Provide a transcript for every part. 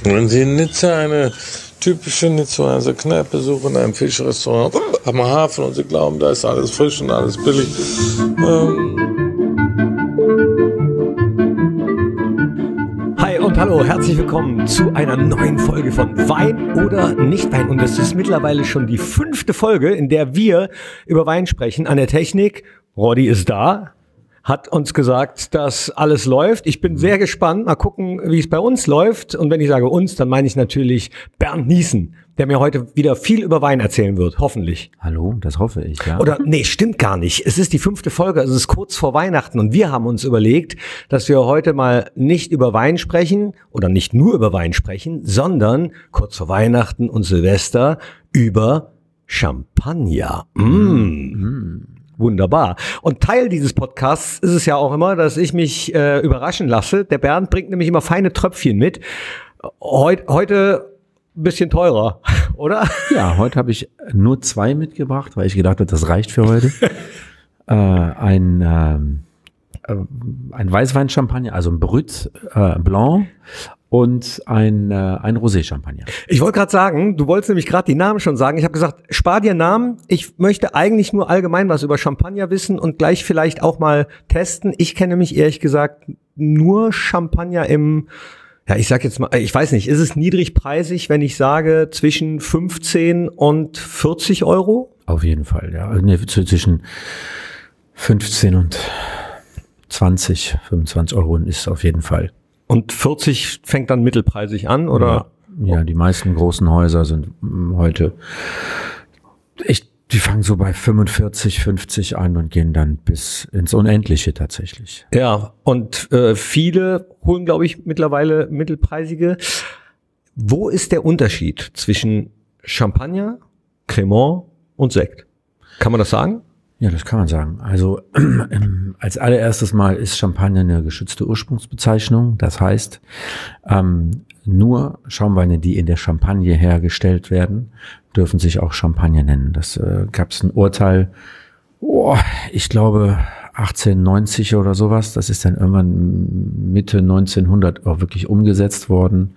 Wenn Sie in Nizza eine typische Nizzaer Kneipe suchen, ein Fischrestaurant am Hafen und Sie glauben, da ist alles frisch und alles billig. Hi und hallo, herzlich willkommen zu einer neuen Folge von Wein oder Nicht-Wein. Und es ist mittlerweile schon die 5. Folge, in der wir über Wein sprechen. An der Technik, Roddy ist da, hat uns gesagt, dass alles läuft. Ich bin sehr gespannt. Mal gucken, wie es bei uns läuft. Und wenn ich sage uns, dann meine ich natürlich Bernd Niesen, der mir heute wieder viel über Wein erzählen wird. Hoffentlich. Hallo, das hoffe ich, ja. Oder, nee, stimmt gar nicht. Es ist die 5. Folge, also es ist kurz vor Weihnachten. Und wir haben uns überlegt, dass wir heute mal nicht über Wein sprechen oder nicht nur über Wein sprechen, sondern kurz vor Weihnachten und Silvester über Champagner. Wunderbar. Und Teil dieses Podcasts ist es ja auch immer, dass ich mich überraschen lasse. Der Bernd bringt nämlich immer feine Tröpfchen mit. Heute ein bisschen teurer, oder? Ja, heute habe ich nur 2 mitgebracht, weil ich gedacht habe, das reicht für heute. Ein Weißwein-Champagner, also ein Brut Blanc und ein Rosé-Champagner. Ich wollte gerade sagen, du wolltest nämlich gerade die Namen schon sagen. Ich habe gesagt, spar dir Namen. Ich möchte eigentlich nur allgemein was über Champagner wissen und gleich vielleicht auch mal testen. Ich kenne mich ehrlich gesagt nur Champagner ja, ich sag jetzt mal, ich weiß nicht, ist es niedrigpreisig, wenn ich sage zwischen 15 und 40 Euro? Auf jeden Fall, ja. Nee, zwischen 15 und 20, 25 Euro ist auf jeden Fall. Und 40 fängt dann mittelpreisig an, oder? Ja, die meisten großen Häuser sind heute die fangen so bei 45, 50 an und gehen dann bis ins Unendliche tatsächlich. Ja, und viele holen, glaube ich, mittlerweile mittelpreisige. Wo ist der Unterschied zwischen Champagner, Cremant und Sekt? Kann man das sagen? Ja, das kann man sagen. Also als allererstes Mal ist Champagner eine geschützte Ursprungsbezeichnung. Das heißt, nur Schaumweine, die in der Champagne hergestellt werden, dürfen sich auch Champagner nennen. Das gab es ein Urteil, ich glaube 1890 oder sowas. Das ist dann irgendwann Mitte 1900 auch wirklich umgesetzt worden,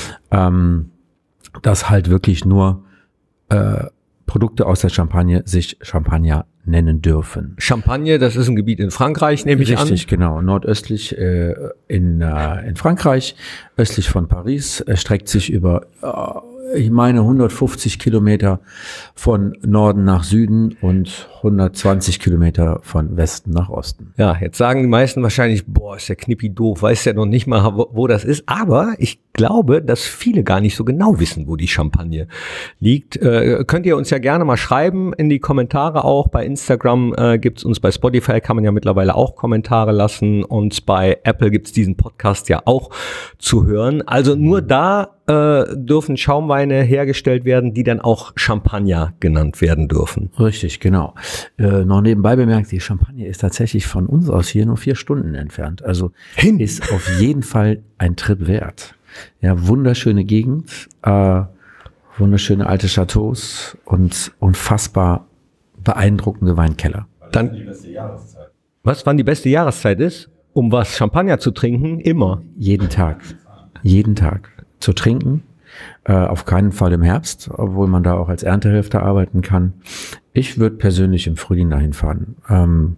dass halt wirklich nur Produkte aus der Champagne sich Champagner nennen dürfen. Champagne, das ist ein Gebiet in Frankreich, nehme ich an. Richtig, genau. Nordöstlich in Frankreich, östlich von Paris, streckt sich über, ich meine, 150 Kilometer von Norden nach Süden und 120 Kilometer von Westen nach Osten. Ja, jetzt sagen die meisten wahrscheinlich, ist der Knippi doof, weiß ja noch nicht mal, wo das ist. Aber ich glaube, dass viele gar nicht so genau wissen, wo die Champagne liegt. Könnt ihr uns ja gerne mal schreiben in die Kommentare auch. Bei Instagram gibt's uns, bei Spotify kann man ja mittlerweile auch Kommentare lassen und bei Apple gibt's diesen Podcast ja auch zu hören. Also nur da dürfen Schaumweine hergestellt werden, die dann auch Champagner genannt werden dürfen. Richtig, genau. Noch nebenbei bemerkt, die Champagne ist tatsächlich von uns aus hier nur 4 Stunden entfernt. Also ist auf jeden Fall ein Trip wert. Ja, wunderschöne Gegend, wunderschöne alte Chateaus und unfassbar beeindruckende Weinkeller. Dann die beste Jahreszeit. Was, wann die beste Jahreszeit ist? Um was Champagner zu trinken? Immer. Jeden Tag. Jeden Tag. Zu trinken. Auf keinen Fall im Herbst, obwohl man da auch als Erntehelfer arbeiten kann. Ich würde persönlich im Frühling dahin fahren.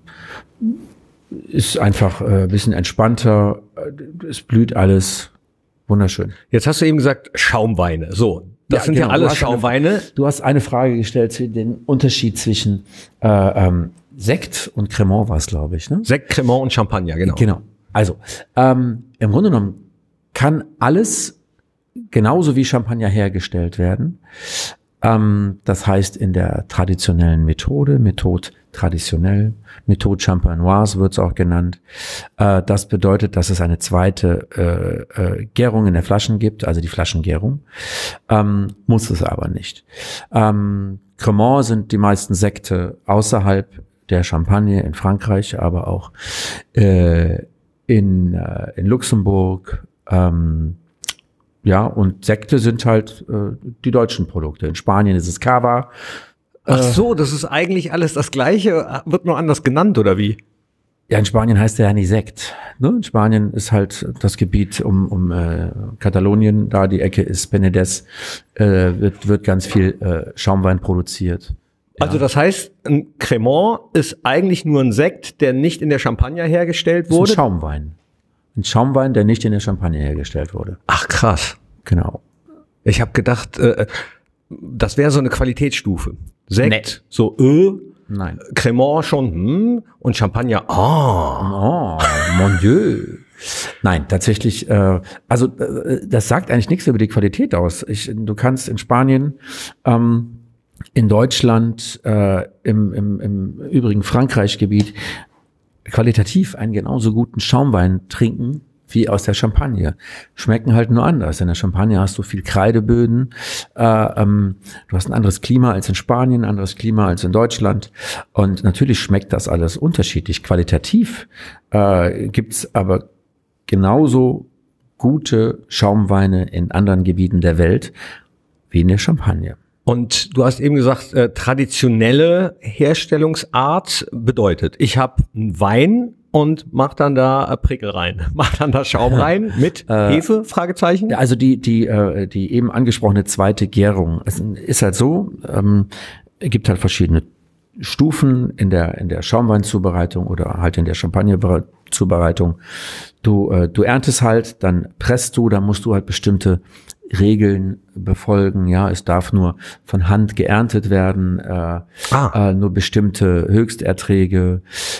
Ist einfach ein bisschen entspannter. Es blüht alles. Wunderschön. Jetzt hast du eben gesagt, Schaumweine. So, das sind genau, ja alles Schaumweine. Du hast eine Frage gestellt zu den Unterschied zwischen Sekt und Cremant war es, glaube ich. Ne? Sekt, Cremant und Champagner, genau. Genau. Also, im Grunde genommen kann alles genauso wie Champagner hergestellt werden. Das heißt, in der traditionellen Methode traditionell, Methode Champenoise wird es auch genannt. Das bedeutet, dass es eine zweite Gärung in der Flaschen gibt, also die Flaschengärung. Muss es aber nicht. Cremant sind die meisten Sekte außerhalb der Champagne in Frankreich, aber auch in Luxemburg. Ja, und Sekte sind halt die deutschen Produkte. In Spanien ist es Cava. Ach so, das ist eigentlich alles das Gleiche, wird nur anders genannt, oder wie? Ja, in Spanien heißt der ja nicht Sekt. Ne? In Spanien ist halt das Gebiet um Katalonien, da die Ecke ist Penedès, wird ganz viel Schaumwein produziert. Ja. Also das heißt, ein Cremant ist eigentlich nur ein Sekt, der nicht in der Champagner hergestellt wurde? Ein Schaumwein. Ein Schaumwein, der nicht in der Champagner hergestellt wurde. Ach krass. Genau. Ich habe gedacht, das wäre so eine Qualitätsstufe. Sekt, Nee. so Nein. Cremant schon, und Champagner, Oh, mon Dieu. Nein, tatsächlich, das sagt eigentlich nichts über die Qualität aus. Du kannst in Spanien, in Deutschland, im übrigen Frankreich-Gebiet qualitativ einen genauso guten Schaumwein trinken wie aus der Champagne. Schmecken halt nur anders. In der Champagne hast du viel Kreideböden. Du hast ein anderes Klima als in Spanien, ein anderes Klima als in Deutschland. Und natürlich schmeckt das alles unterschiedlich. Qualitativ gibt's aber genauso gute Schaumweine in anderen Gebieten der Welt wie in der Champagne. Und du hast eben gesagt, traditionelle Herstellungsart bedeutet, ich habe einen Wein und mach dann da Prickel rein, mach dann da Schaum rein mit Hefe, Fragezeichen? Also die eben angesprochene zweite Gärung. Es ist halt so, es gibt halt verschiedene Stufen in der Schaumweinzubereitung oder halt in der Champagnerzubereitung. Du erntest halt, dann presst du, dann musst du halt bestimmte Regeln befolgen. Ja, es darf nur von Hand geerntet werden, nur bestimmte Höchsterträge.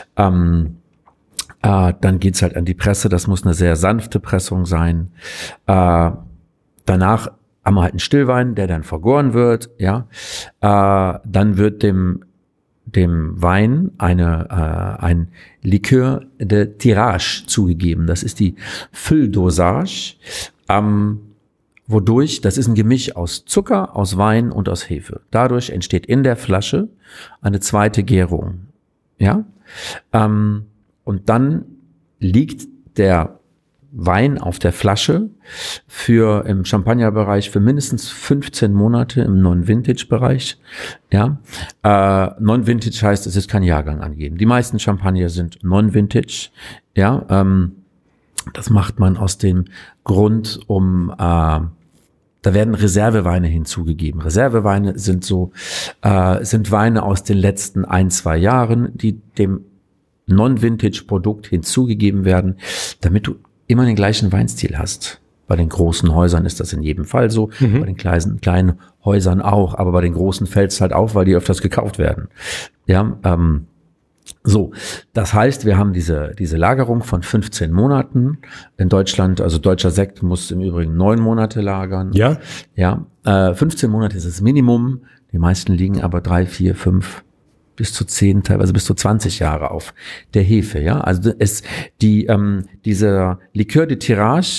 Dann geht's halt an die Presse. Das muss eine sehr sanfte Pressung sein. Danach haben wir halt einen Stillwein, der dann vergoren wird. Ja, dann wird dem Wein ein Likör de Tirage zugegeben. Das ist die Fülldosage, wodurch, das ist ein Gemisch aus Zucker, aus Wein und aus Hefe. Dadurch entsteht in der Flasche eine zweite Gärung. Ja, und dann liegt der Wein auf der Flasche im Champagnerbereich für mindestens 15 Monate im Non-Vintage-Bereich. Ja, Non-Vintage heißt, es ist kein Jahrgang angegeben. Die meisten Champagner sind Non-Vintage. Ja, das macht man aus dem Grund, da werden Reserveweine hinzugegeben. Reserveweine sind Weine aus den letzten 1-2 Jahren, die dem Non-Vintage-Produkt hinzugegeben werden, damit du immer den gleichen Weinstil hast. Bei den großen Häusern ist das in jedem Fall so, bei den kleinen Häusern auch, aber bei den großen fällt es halt auf, weil die öfters gekauft werden. Ja, so, das heißt, wir haben diese Lagerung von 15 Monaten in Deutschland. Also deutscher Sekt muss im Übrigen 9 Monate lagern. Ja. Ja, 15 Monate ist das Minimum. Die meisten liegen aber 3, 4, 5 bis zu 10, teilweise bis zu 20 Jahre auf der Hefe. Ja, also dieser Likör de Tirage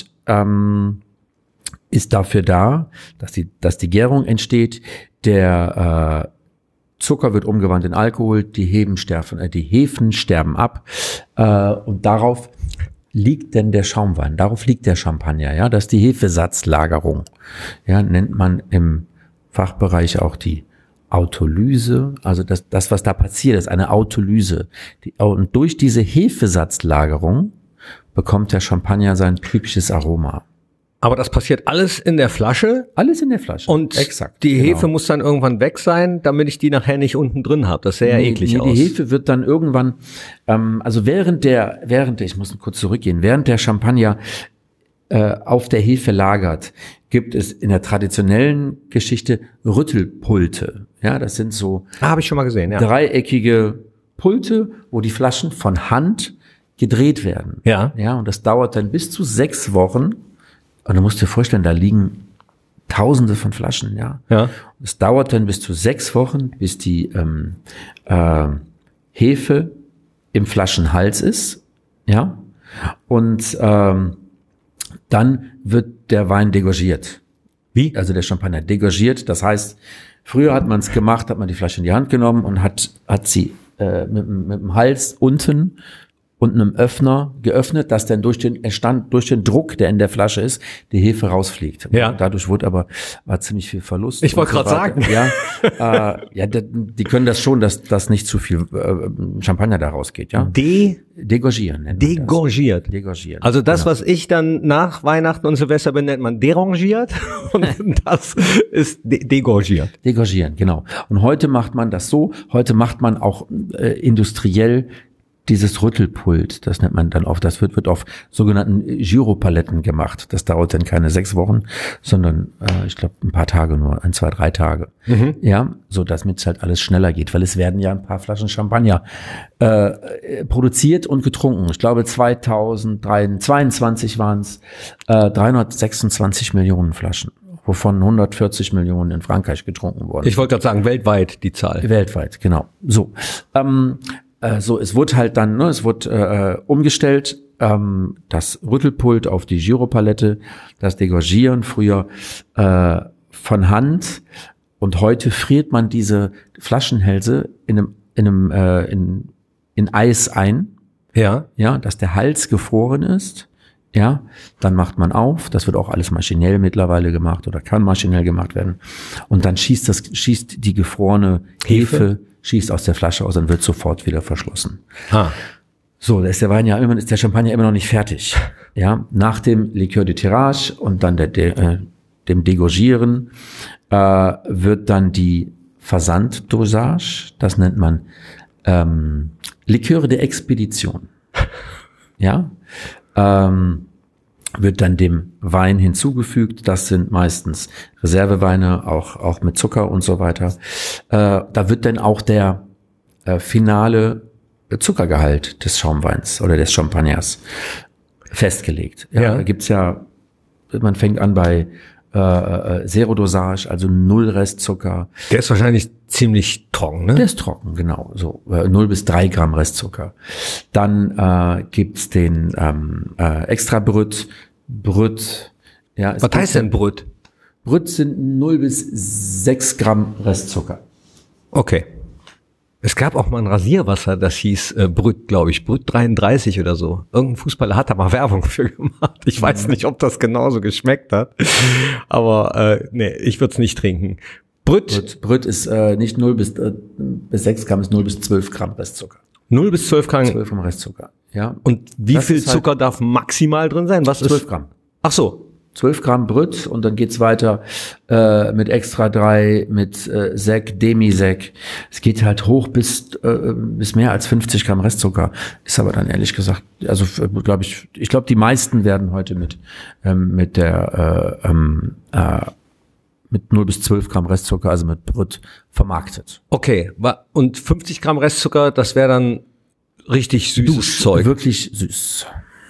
ist dafür da, dass die Gärung entsteht. Der Zucker wird umgewandelt in Alkohol, die Hefen sterben ab und darauf liegt denn der Schaumwein, darauf liegt der Champagner, ja, das ist die Hefesatzlagerung, ja, nennt man im Fachbereich auch die Autolyse, also das was da passiert, ist eine Autolyse. Und durch diese Hefesatzlagerung bekommt der Champagner sein typisches Aroma. Aber das passiert alles in der Flasche? Alles in der Flasche. Und exakt, die Hefe muss dann irgendwann weg sein, damit ich die nachher nicht unten drin habe. Das sähe ja eklig aus. Die Hefe wird dann irgendwann, also während ich muss kurz zurückgehen, während der Champagner auf der Hefe lagert, gibt es in der traditionellen Geschichte Rüttelpulte. Ja, das sind so habe ich schon mal gesehen, ja. Dreieckige Pulte, wo die Flaschen von Hand gedreht werden. Ja. Ja, und das dauert dann bis zu 6 Wochen. Und du musst dir vorstellen, da liegen Tausende von Flaschen, ja. Ja. Und es dauert dann bis zu 6 Wochen, bis die Hefe im Flaschenhals ist, ja. Und dann wird der Wein degorgiert. Wie? Also der Champagner degorgiert. Das heißt, früher hat man es gemacht, hat man die Flasche in die Hand genommen und hat sie mit dem Hals unten und einem Öffner geöffnet, dass dann durch den Druck, der in der Flasche ist, die Hefe rausfliegt. Ja. Dadurch war ziemlich viel Verlust. Ich wollte gerade sagen. Ja, die können das schon, dass nicht zu viel Champagner da rausgeht, ja. Degorgieren. Degorgiert. Degorgieren. Also das, genau. was ich dann nach Weihnachten und Silvester bin, nennt man derangiert und das ist degorgiert. Degorgieren, genau. Und heute macht man das so, heute macht man auch industriell dieses Rüttelpult, das nennt man dann oft, das wird auf sogenannten Gyropaletten gemacht. Das dauert dann keine 6 Wochen, sondern ich glaube ein paar Tage nur, 1, 2, 3 Tage. Ja, so damit es halt alles schneller geht, weil es werden ja ein paar Flaschen Champagner produziert und getrunken. Ich glaube 2022 waren es 326 Millionen Flaschen, wovon 140 Millionen in Frankreich getrunken wurden. Ich wollte gerade sagen, weltweit die Zahl. Weltweit, genau. So, es wurde halt dann, es wurde umgestellt, das Rüttelpult auf die Gyropalette, das Degorgieren früher von Hand, und heute friert man diese Flaschenhälse in Eis ein, ja, dass der Hals gefroren ist. Ja, dann macht man auf, das wird auch alles maschinell mittlerweile gemacht oder kann maschinell gemacht werden, und dann schießt die gefrorene Hefe schießt aus der Flasche aus und wird sofort wieder verschlossen. So, da ist der Champagner immer noch nicht fertig. Ja, nach dem Liqueur de Tirage und dann dem Degorgieren wird dann die Versanddosage, das nennt man Liqueur de Expedition. Ja, wird dann dem Wein hinzugefügt. Das sind meistens Reserveweine, auch mit Zucker und so weiter. Da wird dann auch der finale Zuckergehalt des Schaumweins oder des Champagners festgelegt. Ja. Da gibt's man fängt an bei Zero Dosage, also 0 Restzucker. Der ist wahrscheinlich ziemlich trocken, ne? Der ist trocken, genau. So 0 bis 3 Gramm Restzucker. Dann gibt's den Extra Brut. Ja, was heißt denn Brut? Brut sind 0 bis 6 Gramm Restzucker. Okay. Es gab auch mal ein Rasierwasser, das hieß Brut, glaube ich, Brut 33 oder so. Irgendein Fußballer hat da mal Werbung für gemacht. Ich weiß nicht, ob das genauso geschmeckt hat, aber nee, ich würde es nicht trinken. Brut ist nicht 0 bis 6 Gramm, ist 0 bis 12 Gramm Restzucker. 0 bis 12 Gramm? 12 Gramm Restzucker, ja. Und wie viel Zucker darf maximal drin sein? Was 12 Gramm. Ach so. 12 Gramm Brut, und dann geht's weiter mit Extra 3, mit Sec, Demi-Sec. Es geht halt hoch bis mehr als 50 Gramm Restzucker. Ist aber dann ehrlich gesagt, also ich glaube, die meisten werden heute mit 0 bis 12 Gramm Restzucker, also mit Brut, vermarktet. Okay, und 50 Gramm Restzucker, das wäre dann richtig süßes Zeug. Wirklich süß.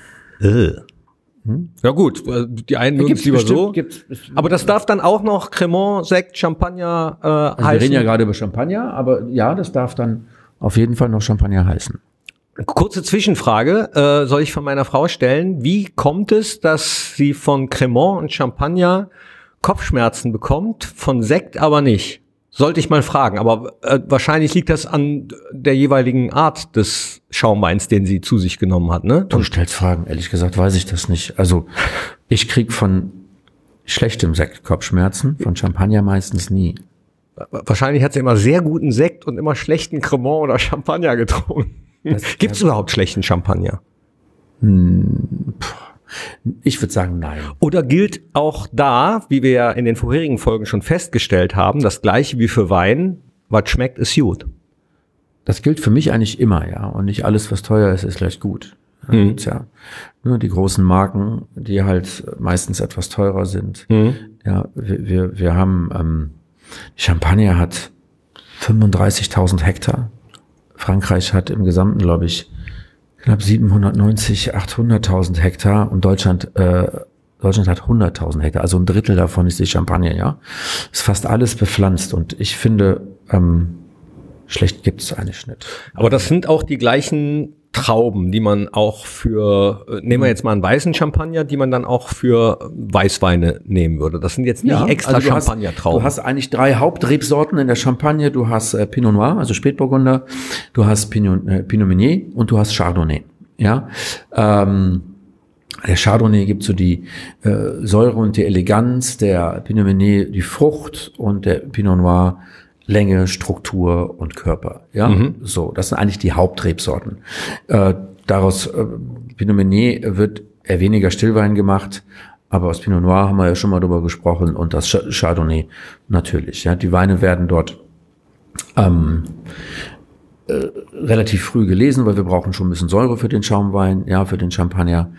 Ja gut, die einen mögen es lieber so. Aber das darf dann auch noch Cremant, Sekt, Champagner heißen? Wir reden ja gerade über Champagner, aber ja, das darf dann auf jeden Fall noch Champagner heißen. Kurze Zwischenfrage soll ich von meiner Frau stellen. Wie kommt es, dass sie von Cremant und Champagner Kopfschmerzen bekommt, von Sekt aber nicht? Sollte ich mal fragen, aber wahrscheinlich liegt das an der jeweiligen Art des Schaumweins, den sie zu sich genommen hat, ne? Du stellst Fragen, ehrlich gesagt weiß ich das nicht. Also ich krieg von schlechtem Sekt Kopfschmerzen, von Champagner meistens nie. Wahrscheinlich hat sie immer sehr guten Sekt und immer schlechten Cremant oder Champagner getrunken. Gibt es überhaupt schlechten Champagner? Ich würde sagen, nein. Oder gilt auch da, wie wir ja in den vorherigen Folgen schon festgestellt haben, das Gleiche wie für Wein, was schmeckt, ist gut? Das gilt für mich eigentlich immer, ja. Und nicht alles, was teuer ist, ist gleich gut. Ja, nur die großen Marken, die halt meistens etwas teurer sind. Ja, wir haben, Champagner hat 35.000 Hektar. Frankreich hat im Gesamten, glaube ich, knapp 800.000 Hektar, und Deutschland hat 100.000 Hektar, also ein Drittel davon ist die Champagner, ja. Ist fast alles bepflanzt, und ich finde, schlecht gibt's eigentlich nicht. Aber das sind auch die gleichen Trauben, die man auch für, nehmen wir jetzt mal einen weißen Champagner, die man dann auch für Weißweine nehmen würde. Das sind jetzt nicht extra also Champagner-Trauben. Du hast eigentlich 3 Hauptrebsorten in der Champagne. Du hast Pinot Noir, also Spätburgunder, du hast Pinot Meunier und du hast Chardonnay. Ja, der Chardonnay gibt so die Säure und die Eleganz, der Pinot Meunier die Frucht und der Pinot Noir Länge, Struktur und Körper. Ja, so, das sind eigentlich die Hauptrebsorten. Daraus Pinot Meunier wird eher weniger Stillwein gemacht, aber aus Pinot Noir haben wir ja schon mal drüber gesprochen und das Chardonnay natürlich. Ja, die Weine werden dort relativ früh gelesen, weil wir brauchen schon ein bisschen Säure für den Schaumwein, ja, für den Champagner.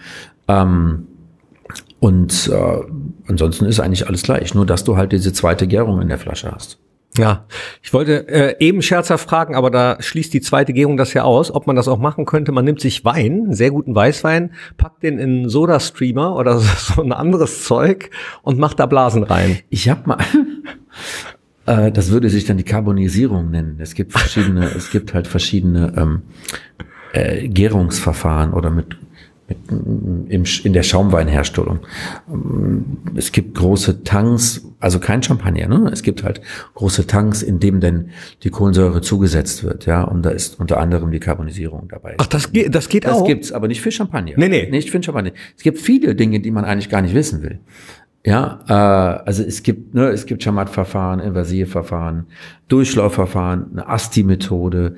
Ansonsten ist eigentlich alles gleich, nur dass du halt diese zweite Gärung in der Flasche hast. Ja, ich wollte eben scherzhaft fragen, aber da schließt die zweite Gärung das ja aus, ob man das auch machen könnte. Man nimmt sich Wein, einen sehr guten Weißwein, packt den in einen Soda-Streamer oder so ein anderes Zeug und macht da Blasen rein. Ich habe mal, das würde sich dann die Carbonisierung nennen. Es gibt halt verschiedene Gärungsverfahren oder in der Schaumweinherstellung. Es gibt große Tanks, also kein Champagner, ne? Es gibt halt große Tanks, in dem denn die Kohlensäure zugesetzt wird, ja, und da ist unter anderem die Carbonisierung dabei. Ach, das geht auch? Das gibt's, aber nicht für Champagner. Nee. Nicht für Champagner. Es gibt viele Dinge, die man eigentlich gar nicht wissen will. Ja, also es gibt Chamat-Verfahren, Invasivverfahren, Durchlaufverfahren, eine Asti-Methode,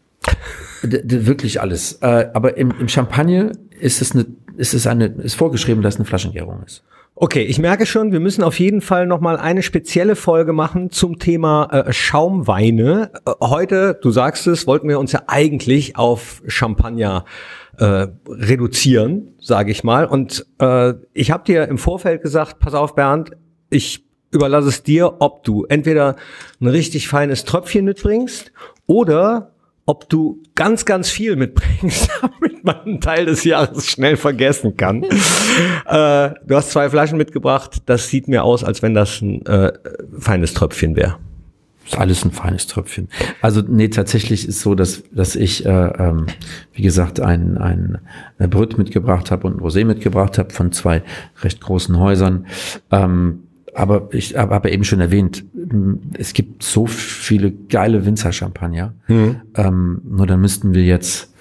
wirklich alles. Aber im Champagner ist vorgeschrieben, dass es eine Flaschengärung ist. Okay, ich merke schon, wir müssen auf jeden Fall nochmal eine spezielle Folge machen zum Thema Schaumweine. Heute, du sagst es, wollten wir uns ja eigentlich auf Champagner reduzieren, sage ich mal. Und ich habe dir im Vorfeld gesagt, pass auf Bernd, ich überlasse es dir, ob du entweder ein richtig feines Tröpfchen mitbringst oder ob du ganz, ganz viel mitbringst, damit man einen Teil des Jahres schnell vergessen kann. Du hast 2 Flaschen mitgebracht. Das sieht mir aus, als wenn das ein feines Tröpfchen wäre. Ist alles ein feines Tröpfchen. Also nee, tatsächlich ist so, dass ich, wie gesagt, ein Brut mitgebracht habe und ein Rosé mitgebracht habe von 2 recht großen Häusern. Aber ich habe eben schon erwähnt, es gibt so viele geile Winzer-Champagner. Nur dann müssten wir jetzt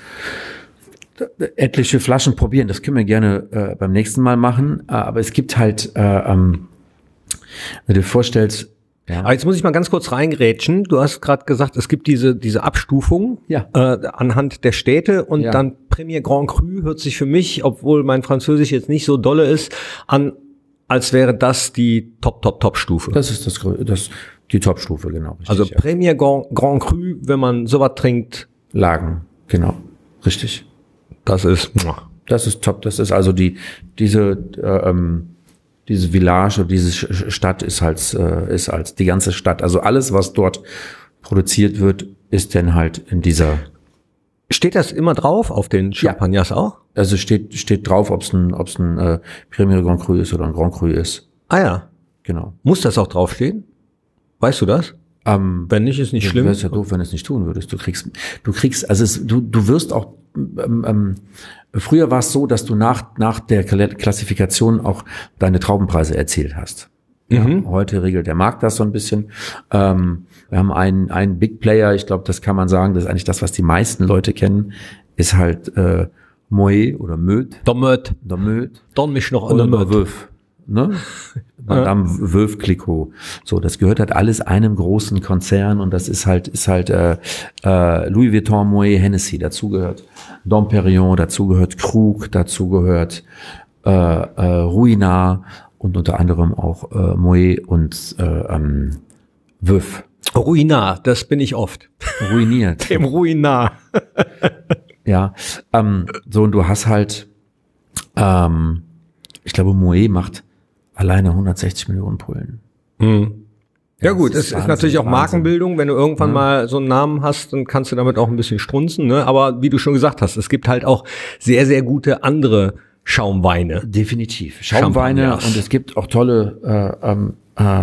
etliche Flaschen probieren. Das können wir gerne beim nächsten Mal machen. Aber es gibt halt, wenn du dir vorstellst, ja. Aber jetzt muss ich mal ganz kurz reingrätschen. Du hast gerade gesagt, es gibt diese Abstufung anhand der Städte und dann Premier Grand Cru hört sich für mich, obwohl mein Französisch jetzt nicht so dolle ist, an, als wäre das die Top-Stufe. Das ist die Top-Stufe, genau. Richtig, also Premier Grand Cru, wenn man sowas trinkt. Lagen, genau. Richtig. Das ist top. Das ist also diese Village oder diese Stadt ist als die ganze Stadt. Also alles, was dort produziert wird, ist dann halt in dieser. Steht das immer drauf auf den Champagners auch? Also steht drauf, ob es ein Premier Grand Cru ist oder ein Grand Cru ist. Ah ja. Genau. Muss das auch draufstehen? Weißt du das? Wenn nicht, ist nicht schlimm. Wäre es ja doof, wenn du es nicht tun würdest. Du kriegst, also du wirst auch, früher war es so, dass du nach der Klassifikation auch deine Traubenpreise erzielt hast. Ja, heute regelt der Markt das so ein bisschen. Wir haben einen Big Player, ich glaube, das kann man sagen, das ist eigentlich das, was die meisten Leute kennen, ist halt Moet oder Möd. Der Möd. Dann mich noch an der Möd. Wölf. Ne? Madame Wölf Clicquot. So, das gehört halt alles einem großen Konzern und das ist halt Louis Vuitton, Moet, Hennessy, dazu gehört Dom Perignon, dazu gehört Krug, dazu gehört Ruinart und unter anderem auch Moet und Wölf. Ruinart, das bin ich oft. Ruiniert. Dem Ruinart. Ja, so und du hast halt, ich glaube, Moet macht alleine 160 Millionen Pullen. Ja gut, es ist natürlich auch Markenbildung. Wenn du irgendwann mal so einen Namen hast, dann kannst du damit auch ein bisschen strunzen. Ne? Aber wie du schon gesagt hast, es gibt halt auch sehr, sehr gute andere Schaumweine. Definitiv. Schaumweine und es gibt auch tolle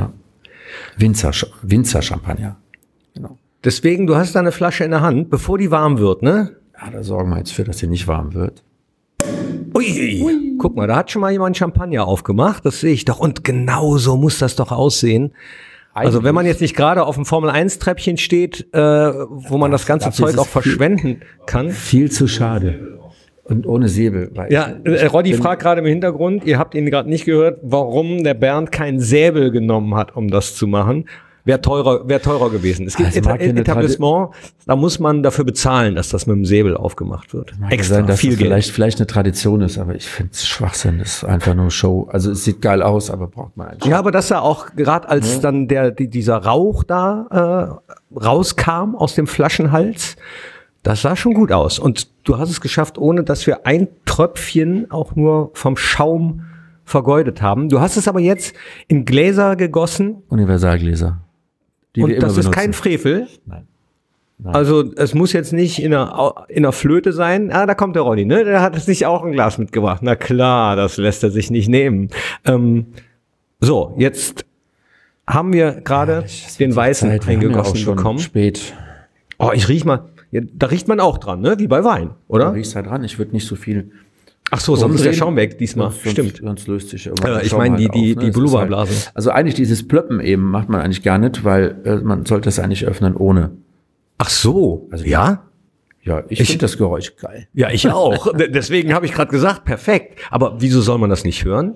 Winzer-Champagner. Genau. Deswegen, du hast da eine Flasche in der Hand, bevor die warm wird, ne? Ja, da sorgen wir jetzt für, dass sie nicht warm wird. Ui. Guck mal, da hat schon mal jemand Champagner aufgemacht, das sehe ich doch. Und genau so muss das doch aussehen. Also wenn man jetzt nicht gerade auf dem Formel-1-Treppchen steht, wo man das ganze Zeug auch verschwenden kann. Viel zu schade. Und ohne Säbel. Ja, Roddy fragt gerade im Hintergrund, ihr habt ihn gerade nicht gehört, warum der Bernd keinen Säbel genommen hat, um das zu machen. Wäre teurer gewesen. Es gibt Etablissement, da muss man dafür bezahlen, dass das mit dem Säbel aufgemacht wird. Extra sein, dass viel Geld. Vielleicht eine Tradition ist, aber ich finde es Schwachsinn. Das ist einfach nur Show. Also es sieht geil aus, aber braucht man eigentlich. Ja, aber das ja auch gerade als dann dieser Rauch da rauskam aus dem Flaschenhals, das sah schon gut aus. Und du hast es geschafft, ohne dass wir ein Tröpfchen auch nur vom Schaum vergeudet haben. Du hast es aber jetzt in Gläser gegossen. Universalgläser. Und das ist kein Frevel. Nein. Also es muss jetzt nicht in einer Flöte sein. Ah, da kommt der Roddy, ne? Der hat jetzt nicht auch ein Glas mitgebracht. Na klar, das lässt er sich nicht nehmen. So, jetzt haben wir gerade den Weißen eingegossen bekommen. Spät. Oh, ich riech mal. Ja, da riecht man auch dran, ne? Wie bei Wein, oder? Da riechst du dran. Ich würde nicht so viel. Ach so, sonst ist der Schaum weg diesmal. Stimmt. Sonst löst sich ich meine die Blubberblase. Halt, also eigentlich dieses Plöppen eben macht man eigentlich gar nicht, weil man sollte es eigentlich öffnen ohne. Ach so, also ja? Ja, ich finde das Geräusch geil. Ja, ich auch. Deswegen habe ich gerade gesagt, perfekt. Aber wieso soll man das nicht hören?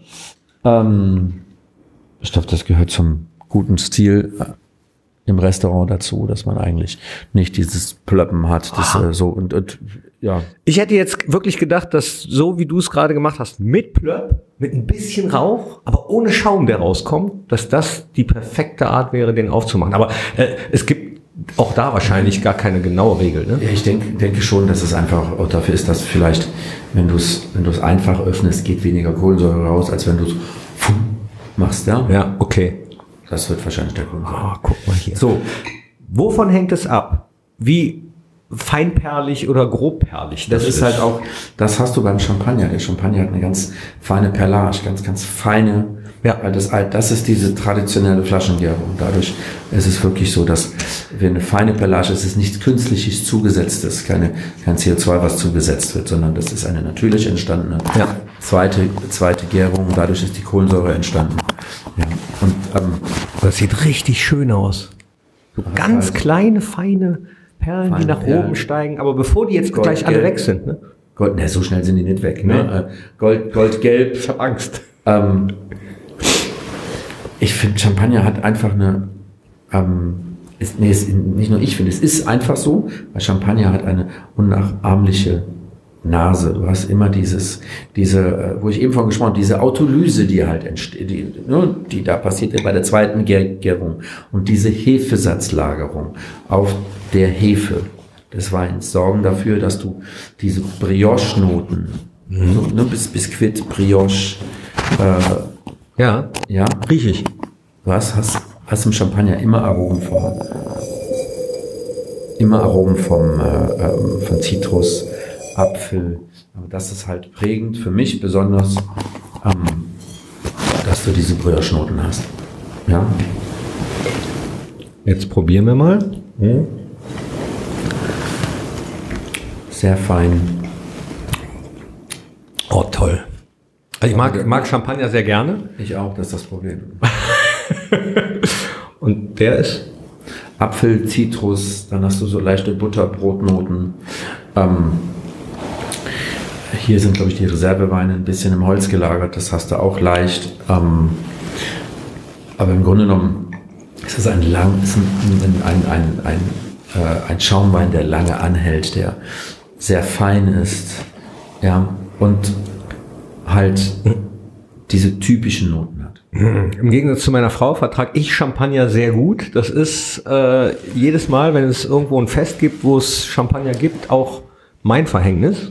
Ich glaube, das gehört zum guten Stil im Restaurant dazu, dass man eigentlich nicht dieses Plöppen hat. Das, so und ja. Ich hätte jetzt wirklich gedacht, dass so wie du es gerade gemacht hast, mit Plöpp, mit ein bisschen Rauch, aber ohne Schaum, der rauskommt, dass das die perfekte Art wäre, den aufzumachen. Aber es gibt auch da wahrscheinlich gar keine genaue Regel. Ne? Ja, ich denke schon, dass es einfach auch dafür ist, dass vielleicht, wenn du es einfach öffnest, geht weniger Kohlensäure raus, als wenn du es machst. Ja? Ja, okay. Das wird wahrscheinlich der Grund sein. Oh, guck mal hier. So, wovon hängt es ab? Wie feinperlig oder grobperlig das ist? Halt auch, das hast du beim Champagner. Der Champagner hat eine ganz feine Perlage, ganz feine. Ja. Das ist diese traditionelle Flaschengärung. Dadurch ist es wirklich so, dass wir eine feine Perlage, es ist nichts Künstliches zugesetztes, kein CO2, was zugesetzt wird, sondern das ist eine natürlich entstandene zweite Gärung. Dadurch ist die Kohlensäure entstanden. Ja. Und das sieht richtig schön aus. So ganz halt kleine, feine Perlen, die nach oben steigen. Aber bevor die jetzt gleich alle weg sind. Ne? Gold, so schnell sind die nicht weg. Ne? Goldgelb. Ich habe Angst. Ich finde, Champagner hat einfach eine, nicht nur ich finde, es ist einfach so, weil Champagner hat eine unnachahmliche Nase. Du hast immer wo ich eben von gesprochen habe, diese Autolyse, die halt entsteht, die da passiert bei der zweiten Gärung und diese Hefesatzlagerung auf der Hefe des Weins sorgen dafür, dass du diese Brioche-Noten, Biskuit, Brioche, ja, riech ich. Du hast im Champagner immer Aromen von Zitrus, Apfel. Aber das ist halt prägend für mich besonders, dass du diese Brioche-Noten hast. Ja. Jetzt probieren wir mal. Sehr fein. Oh, toll. Ich mag Champagner sehr gerne. Ich auch, das ist das Problem. Und der ist? Apfel, Zitrus, dann hast du so leichte Butterbrotnoten. Hier sind, glaube ich, die Reserveweine ein bisschen im Holz gelagert, das hast du auch leicht. Aber im Grunde genommen ist es ein Schaumwein, der lange anhält, der sehr fein ist. Ja, und halt diese typischen Noten hat. Im Gegensatz zu meiner Frau vertrage ich Champagner sehr gut. Das ist jedes Mal, wenn es irgendwo ein Fest gibt, wo es Champagner gibt, auch mein Verhängnis.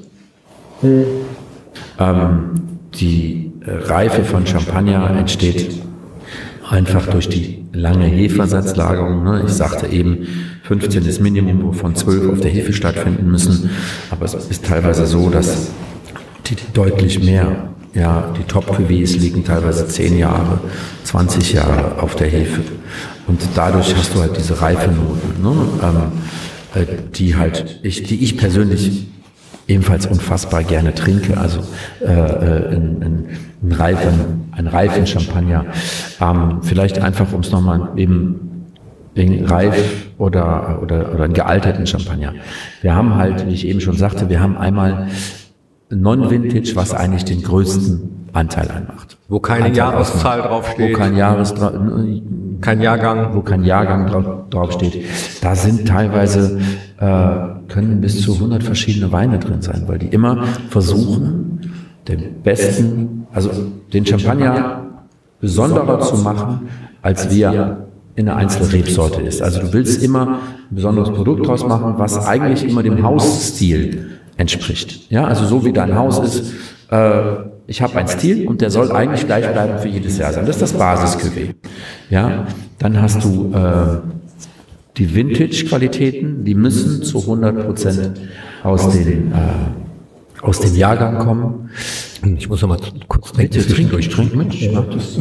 Die Reife von Champagner entsteht einfach durch die lange Hefesatzlagerung. Ne? Ich sagte eben, 15 ist Minimum, wovon 12 auf der Hefe stattfinden müssen. Aber es ist teilweise so, dass die deutlich mehr, die Top-Cuvées liegen teilweise 10 Jahre, 20 Jahre auf der Hefe. Und dadurch hast du halt diese Reifenoten, ne? die ich persönlich ebenfalls unfassbar gerne trinke, also einen reifen Champagner. Vielleicht einfach, um es nochmal eben wegen reif oder einen gealterten Champagner. Wir haben halt, wie ich eben schon sagte, wir haben einmal Non-Vintage, was eigentlich den größten Anteil einmacht. Wo keine Jahreszahl draufsteht. Wo kein Jahrgang draufsteht. Da sind teilweise, können bis zu 100 verschiedene Weine drin sein, weil die immer versuchen, den besten, also den Champagner besonderer zu machen, als wir in einer einzelnen Rebsorte ist. Also du willst immer ein besonderes Produkt draus machen, was eigentlich immer dem Hausstil entspricht. Ja, also so wie dein Haus ist, ich habe einen Stil und der soll eigentlich gleich bleiben für jedes Jahr sein. Das ist das Basis-Cuvée. Ja, dann hast du die Vintage-Qualitäten, die müssen zu 100% aus dem Jahrgang kommen. Ich muss noch mal kurz trinken. Mensch, ich mach das.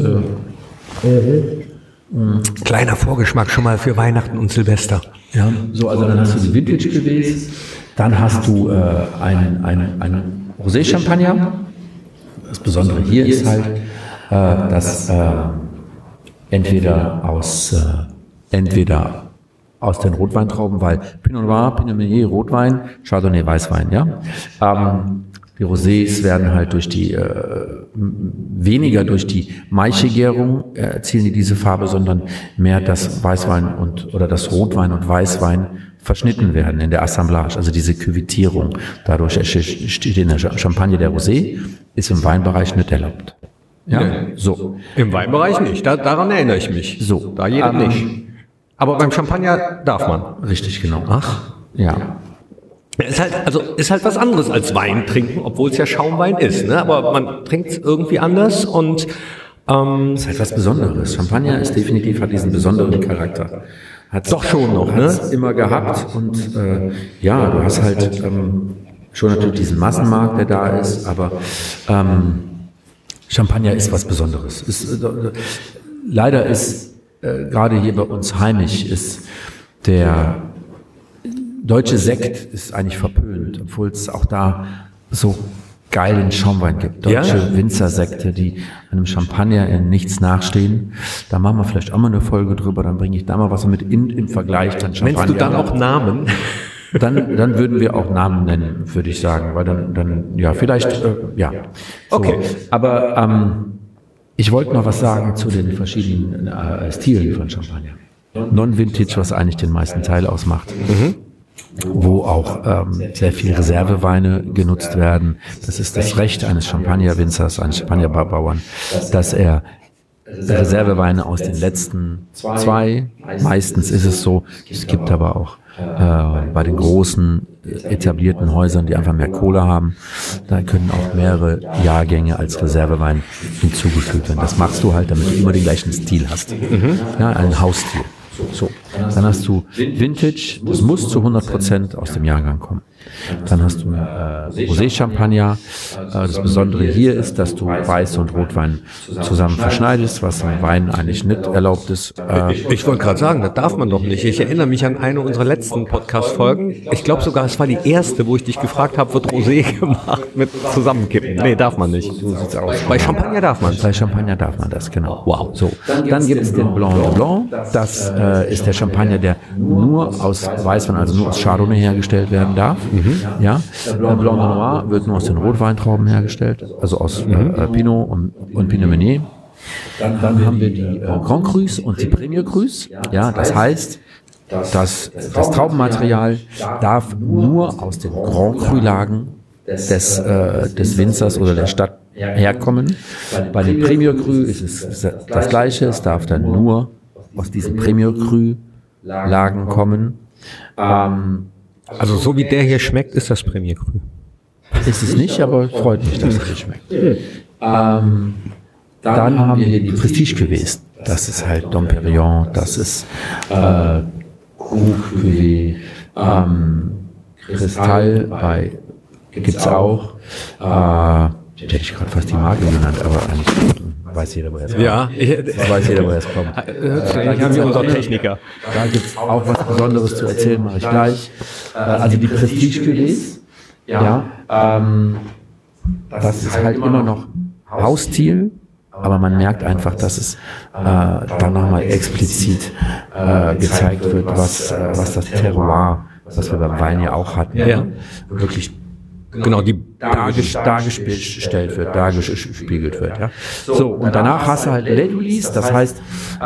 Kleiner Vorgeschmack schon mal für Weihnachten und Silvester. Ja, so, also dann hast du die Vintage-Cuvées, dann hast du einen Rosé-Champagner. Das Besondere hier ist halt, dass entweder aus den Rotweintrauben, weil Pinot Noir, Pinot Meunier, Rotwein, Chardonnay, Weißwein, ja. Die Rosés werden halt durch die, weniger durch die Maishegärung erzielen die diese Farbe, sondern mehr das Weißwein oder das Rotwein und Weißwein verschnitten werden in der Assemblage, also diese Küvettierung. Dadurch steht in der Champagne der Rosé, ist im Weinbereich nicht erlaubt. Ja, so. Im Weinbereich nicht, daran erinnere ich mich. So. Da jeder nicht. Aber beim Champagner darf man. Richtig, genau. Ach. Ja. Ist halt was anderes als Wein trinken, obwohl es ja Schaumwein ist, ne? Aber man trinkt es irgendwie anders und ist halt was Besonderes. Champagner ist definitiv, hat diesen besonderen Charakter. Hat's doch schon noch, ne? Hat's immer gehabt und ja, du hast halt schon natürlich diesen Massenmarkt, der da ist, aber Champagner ist was Besonderes. Leider ist gerade hier bei uns heimisch ist der deutsche Sekt ist eigentlich verpönt, obwohl es auch da so geilen Schaumwein gibt. Deutsche Winzersekte, die einem Champagner in nichts nachstehen. Da machen wir vielleicht auch mal eine Folge drüber, dann bringe ich da mal was mit im Vergleich dann Champagner. Nennst du dann auch Namen? Dann würden wir auch Namen nennen, würde ich sagen, weil dann ja, vielleicht, ja. So. Okay. Aber ich wollte noch was sagen zu den verschiedenen Stilen von Champagner. Non-Vintage, was eigentlich den meisten Teil ausmacht. Wo auch sehr viele Reserveweine genutzt werden. Das ist das Recht eines Champagnerwinzers, eines Champagnerbauern, dass er Reserveweine aus den letzten zwei, meistens ist es so, es gibt aber auch bei den großen etablierten Häusern, die einfach mehr Kohle haben, da können auch mehrere Jahrgänge als Reservewein hinzugefügt werden. Das machst du halt, damit du immer den gleichen Stil hast. Ja, einen Hausstil. So, dann hast du Vintage, das muss zu 100% aus dem Jahrgang kommen. Dann hast du Rosé-Champagner. Das Besondere hier ist, dass du Weiß und Rotwein zusammen verschneidest, was im Wein eigentlich nicht erlaubt ist. Ich wollte gerade sagen, das darf man doch nicht. Ich erinnere mich an eine unserer letzten Podcast-Folgen. Ich glaube sogar, es war die erste, wo ich dich gefragt habe, wird Rosé gemacht mit Zusammenkippen? Nee, darf man nicht. So sieht's aus. Bei Champagner darf man. Bei Champagner darf man das, genau. Wow. So, dann gibt es den Blanc de Blanc. Das ist der Champagner, der nur aus Weißwein, also nur aus Chardonnay hergestellt werden darf. Ja, Blanc de Noir wird nur aus den Rotweintrauben hergestellt, also aus Pinot und Pinot Meunier. Dann haben wir die Grand Crus und die Premier Crus. Ja, das heißt, das Traubenmaterial darf nur aus den Grand Cru-Lagen des Winzers oder der Stadt herkommen. Bei den Premier Cru ist es das Gleiche. Es darf dann nur aus diesen Premier Cru-Lagen kommen. Also so wie der hier schmeckt, ist das Premier Cru. Ist es nicht, aber freut mich, dass es hier schmeckt. Dann haben wir hier die Prestige-Cuvées. Das ist halt Dom Perignon, das ist Cuvée, Kristall gibt's auch. Hätte ich gerade fast die Marke genannt, aber eigentlich weiß jeder, woher es kommt. Ja, weiß jeder, woher es kommt. Da haben wir unseren Techniker. Da gibt's auch was Besonderes zu erzählen, mache ich gleich. Also die Prestige-Cuvées, das ist halt immer noch Hausstil, aber man merkt einfach, dass es dann nochmal explizit gezeigt wird, was das Terroir, was wir beim Wein ja auch hatten, wirklich Genau, die dargestellt wird, dargespiegelt wird. Ja. So, und danach hast du halt Late Release, das heißt,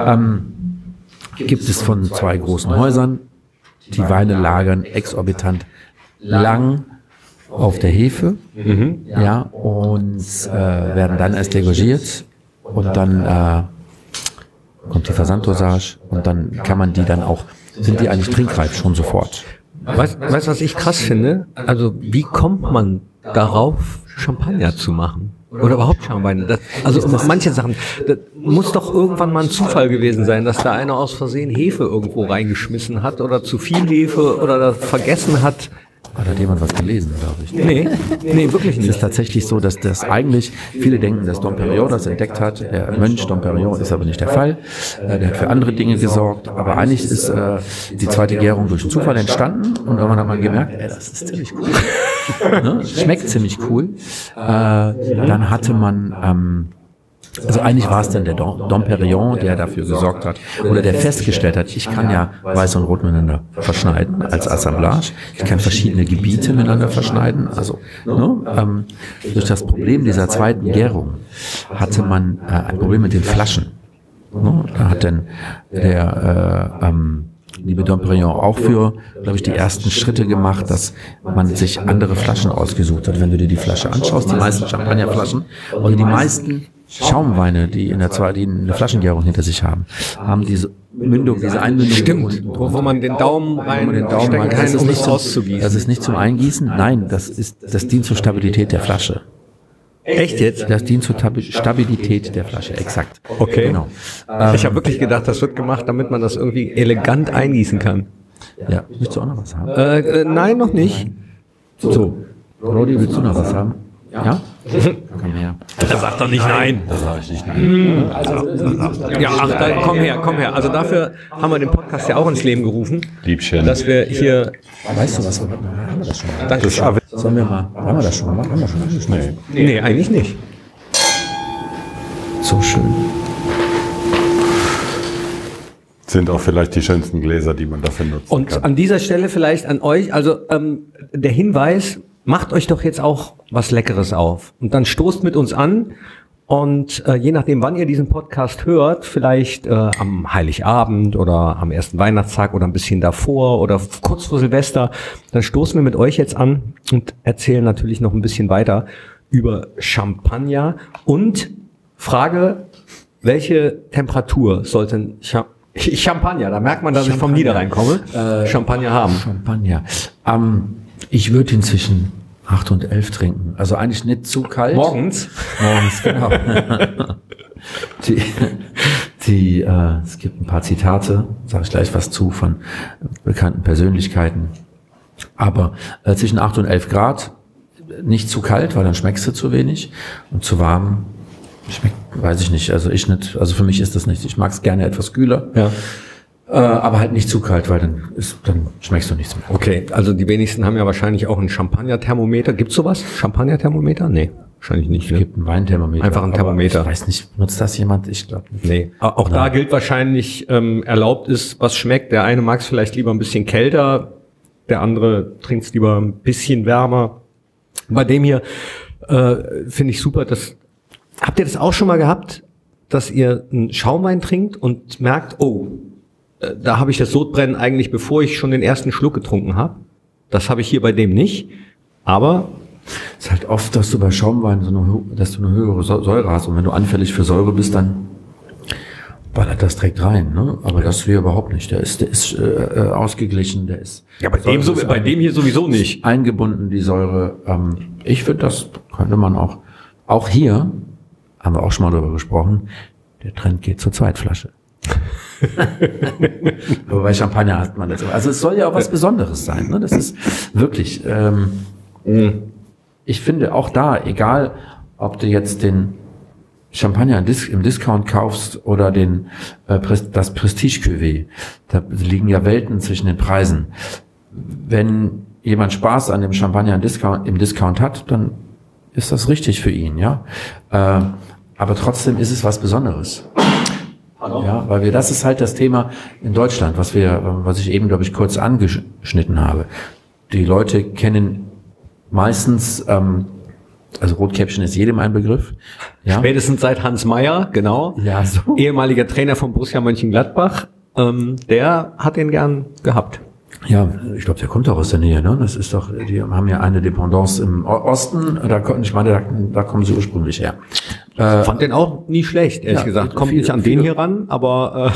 gibt es von 2 großen Häusern, die Weine lagern exorbitant lang auf der Hefe, ja, und werden dann erst degorgiert und dann kommt die Versanddosage und dann kann man die dann auch, sind die eigentlich trinkreif schon sofort. Weißt du, was ich krass finde? Also, wie kommt man darauf, Champagner zu machen? Oder überhaupt Schaumweine? Manche Sachen, das muss doch irgendwann mal ein Zufall gewesen sein, dass da einer aus Versehen Hefe irgendwo reingeschmissen hat oder zu viel Hefe oder das vergessen hat. Hat jemand was gelesen, glaube ich. Nee, wirklich nicht. Es ist tatsächlich so, dass das eigentlich, viele denken, dass Dom Perignon das entdeckt hat. Der Mönch Dom Perignon ist aber nicht der Fall. Der hat für andere Dinge gesorgt. Aber eigentlich ist die zweite Gärung durch einen Zufall entstanden. Und irgendwann hat man gemerkt, das ist ziemlich cool. Ne? Schmeckt ziemlich cool. Dann hatte man... Also eigentlich war es dann der Dom Perignon, der dafür gesorgt hat oder der festgestellt hat, ich kann ja Weiß und Rot miteinander verschneiden als Assemblage, ich kann verschiedene Gebiete miteinander verschneiden. Also durch das Problem dieser zweiten Gärung hatte man ein Problem mit den Flaschen. Da hat dann der liebe Dom Perignon auch für, glaube ich, die ersten Schritte gemacht, dass man sich andere Flaschen ausgesucht hat. Wenn du dir die Flasche anschaust, die meisten Champagnerflaschen und die meisten Schaumweine, die eine Flaschengärung hinter sich haben, haben diese Mündung, diese Einmündung. Stimmt, wo man den Daumen reinstecken kann, um es auszugießen. Das ist nicht zum Eingießen, nein, das dient zur Stabilität der Flasche. Echt jetzt? Das dient zur Stabilität der Flasche, exakt. Okay. Genau. Ich habe wirklich gedacht, das wird gemacht, damit man das irgendwie elegant eingießen kann. Ja, willst du auch noch was haben? Nein, noch nicht. So, Rodi, willst du noch was haben? Ja? Komm her. Das sagt doch nicht nein. Das sage ich nicht nein. Ja, komm her. Also dafür haben wir den Podcast ja auch ins Leben gerufen. Liebchen. Dass wir hier... Weißt du was? Haben wir das schon mal? Danke. Sollen wir mal? Haben wir das schon mal? Haben wir schon mal? Nee, eigentlich nicht. So schön. Sind auch vielleicht die schönsten Gläser, die man dafür nutzen Und kann. an dieser Stelle vielleicht an euch, also der Hinweis, macht euch doch jetzt auch was Leckeres auf. Und dann stoßt mit uns an und je nachdem, wann ihr diesen Podcast hört, vielleicht am Heiligabend oder am ersten Weihnachtstag oder ein bisschen davor oder kurz vor Silvester, dann stoßen wir mit euch jetzt an und erzählen natürlich noch ein bisschen weiter über Champagner und Frage, welche Temperatur sollten Champagner, da merkt man, dass ich vom Niederrhein komme, Champagner haben. Champagner. Ich würde ihn zwischen 8 und 11 trinken. Also eigentlich nicht zu kalt. Morgens, genau. Es gibt ein paar Zitate, sage ich gleich was zu, von bekannten Persönlichkeiten. Aber zwischen 8 und 11 Grad, nicht zu kalt, weil dann schmeckst du zu wenig. Und zu warm, schmeckt, weiß ich nicht. Also ich nicht. Also für mich ist das nicht. Ich mag es gerne etwas kühler. Ja. Aber halt nicht zu kalt, weil dann schmeckst du nichts mehr. Okay, also die wenigsten haben ja wahrscheinlich auch ein Champagner-Thermometer. Gibt's sowas? Champagner-Thermometer? Nee, wahrscheinlich nicht. Es gibt ein Weinthermometer. Einfach ein Thermometer. Ich weiß nicht, nutzt das jemand? Ich glaube nicht. Nee, auch da gilt wahrscheinlich, erlaubt ist, was schmeckt. Der eine mag es vielleicht lieber ein bisschen kälter, der andere trinkt es lieber ein bisschen wärmer. Bei dem hier finde ich super, habt ihr das auch schon mal gehabt, dass ihr einen Schaumwein trinkt und merkt, oh, da habe ich das Sodbrennen eigentlich, bevor ich schon den ersten Schluck getrunken habe. Das habe ich hier bei dem nicht. Aber es ist halt oft, dass du bei Schaumwein dass du eine höhere Säure hast. Und wenn du anfällig für Säure bist, dann ballert das direkt rein. Ne? Aber das wir überhaupt nicht. Der ist ausgeglichen. Der ist. Ja, bei dem hier sowieso nicht. Eingebunden, die Säure. Ich finde, das könnte man auch hier, haben wir auch schon mal drüber gesprochen, der Trend geht zur Zweitflasche. Aber bei Champagner hat man das. Also es soll ja auch was Besonderes sein. Ne? Das ist wirklich. Ich finde auch da, egal, ob du jetzt den Champagner im Discount kaufst oder das Prestige Cuvée, da liegen ja Welten zwischen den Preisen. Wenn jemand Spaß an dem Champagner im Discount hat, dann ist das richtig für ihn, ja. Aber trotzdem ist es was Besonderes. Ja, weil das ist halt das Thema in Deutschland, was ich eben, glaube ich, kurz angeschnitten habe. Die Leute kennen Meistens, also Rotkäppchen ist jedem ein Begriff. Ja. Spätestens seit Hans Meyer, genau. Ja, so. Ehemaliger Trainer von Borussia Mönchengladbach. Der hat ihn gern gehabt. Ja, ich glaube, der kommt auch aus der Nähe, ne? Das ist doch, die haben ja eine Dependance im Osten, ich meine, da kommen sie ursprünglich her. Fand den auch nie schlecht, ehrlich gesagt. Kommt nicht an den hier ran, aber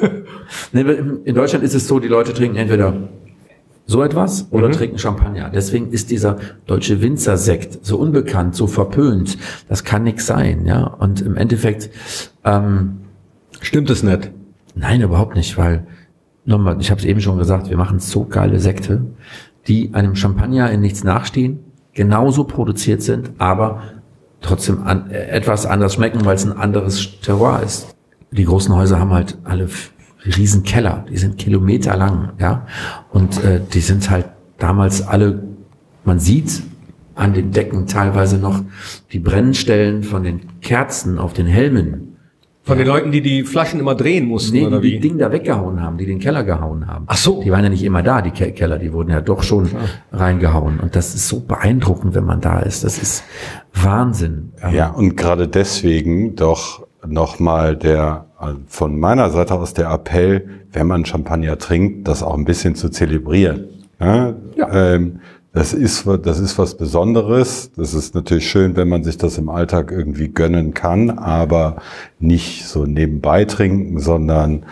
in Deutschland ist es so, die Leute trinken entweder so etwas oder trinken Champagner. Deswegen ist dieser deutsche Winzersekt so unbekannt, so verpönt. Das kann nix sein, ja. Und im Endeffekt stimmt es nicht. Nein, überhaupt nicht, weil nochmal, ich habe es eben schon gesagt, wir machen so geile Sekte, die einem Champagner in nichts nachstehen, genauso produziert sind, aber trotzdem etwas anders schmecken, weil es ein anderes Terroir ist. Die großen Häuser haben halt alle riesen Keller, die sind kilometerlang, ja, und die sind halt damals alle, man sieht an den Decken teilweise noch die Brennstellen von den Kerzen auf den Helmen. Von den Leuten, die die Flaschen immer drehen mussten, nee, oder die wie? Ding da weggehauen haben, die den Keller gehauen haben. Ach so. Die waren ja nicht immer da, die Keller, die wurden ja doch schon reingehauen. Und das ist so beeindruckend, wenn man da ist. Das ist Wahnsinn. Ja, und gerade deswegen doch nochmal von meiner Seite aus der Appell, wenn man Champagner trinkt, das auch ein bisschen zu zelebrieren. Ja. Das ist was Besonderes. Das ist natürlich schön, wenn man sich das im Alltag irgendwie gönnen kann, aber nicht so nebenbei trinken, sondern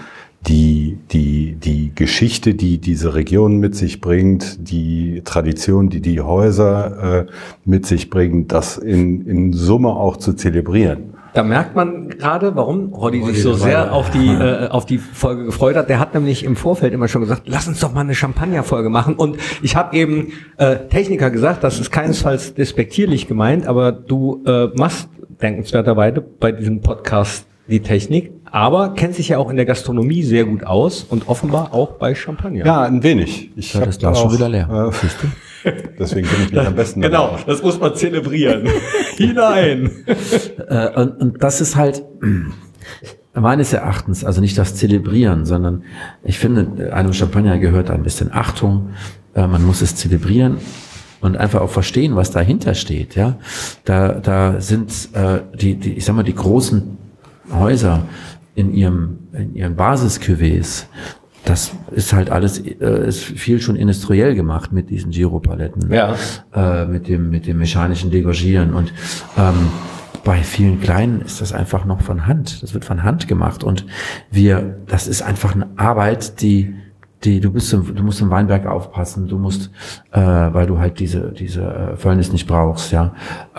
die Geschichte, die diese Region mit sich bringt, die Tradition, die die Häuser mit sich bringen, das in Summe auch zu zelebrieren. Da merkt man gerade, warum Roddy sich so sehr auf die Folge gefreut hat. Der hat nämlich im Vorfeld immer schon gesagt, lass uns doch mal eine Champagner-Folge machen. Und ich habe eben Techniker gesagt, das ist keinesfalls despektierlich gemeint, aber du machst dankenswerterweise bei diesem Podcast die Technik, aber kennst dich ja auch in der Gastronomie sehr gut aus und offenbar auch bei Champagner. Ja, ein wenig. Ich habe das Glas schon wieder leer. Deswegen bin ich nicht am besten. Genau, das muss man zelebrieren. Hinein. Und das ist halt meines Erachtens, also nicht das Zelebrieren, sondern ich finde, einem Champagner gehört ein bisschen Achtung. Man muss es zelebrieren und einfach auch verstehen, was dahinter steht. Ja, da sind ich sag mal, die großen Häuser in ihren Basis-Cuvées. Das ist halt alles, ist viel schon industriell gemacht mit diesen Giropaletten, mit dem mechanischen Degorgieren und bei vielen Kleinen ist das einfach noch von Hand. Das wird von Hand gemacht und das ist einfach eine Arbeit, du musst im Weinberg aufpassen, du musst, weil du halt diese Fäulnis nicht brauchst, ja.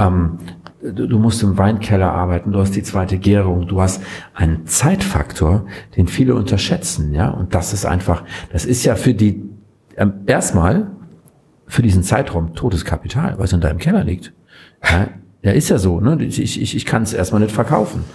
Du musst im Weinkeller arbeiten, du hast die zweite Gärung, du hast einen Zeitfaktor, den viele unterschätzen, ja, und das ist ja für die, erstmal für diesen Zeitraum totes Kapital, was in deinem Keller liegt. Ja, ist ja so, ne, ich kann es erstmal nicht verkaufen.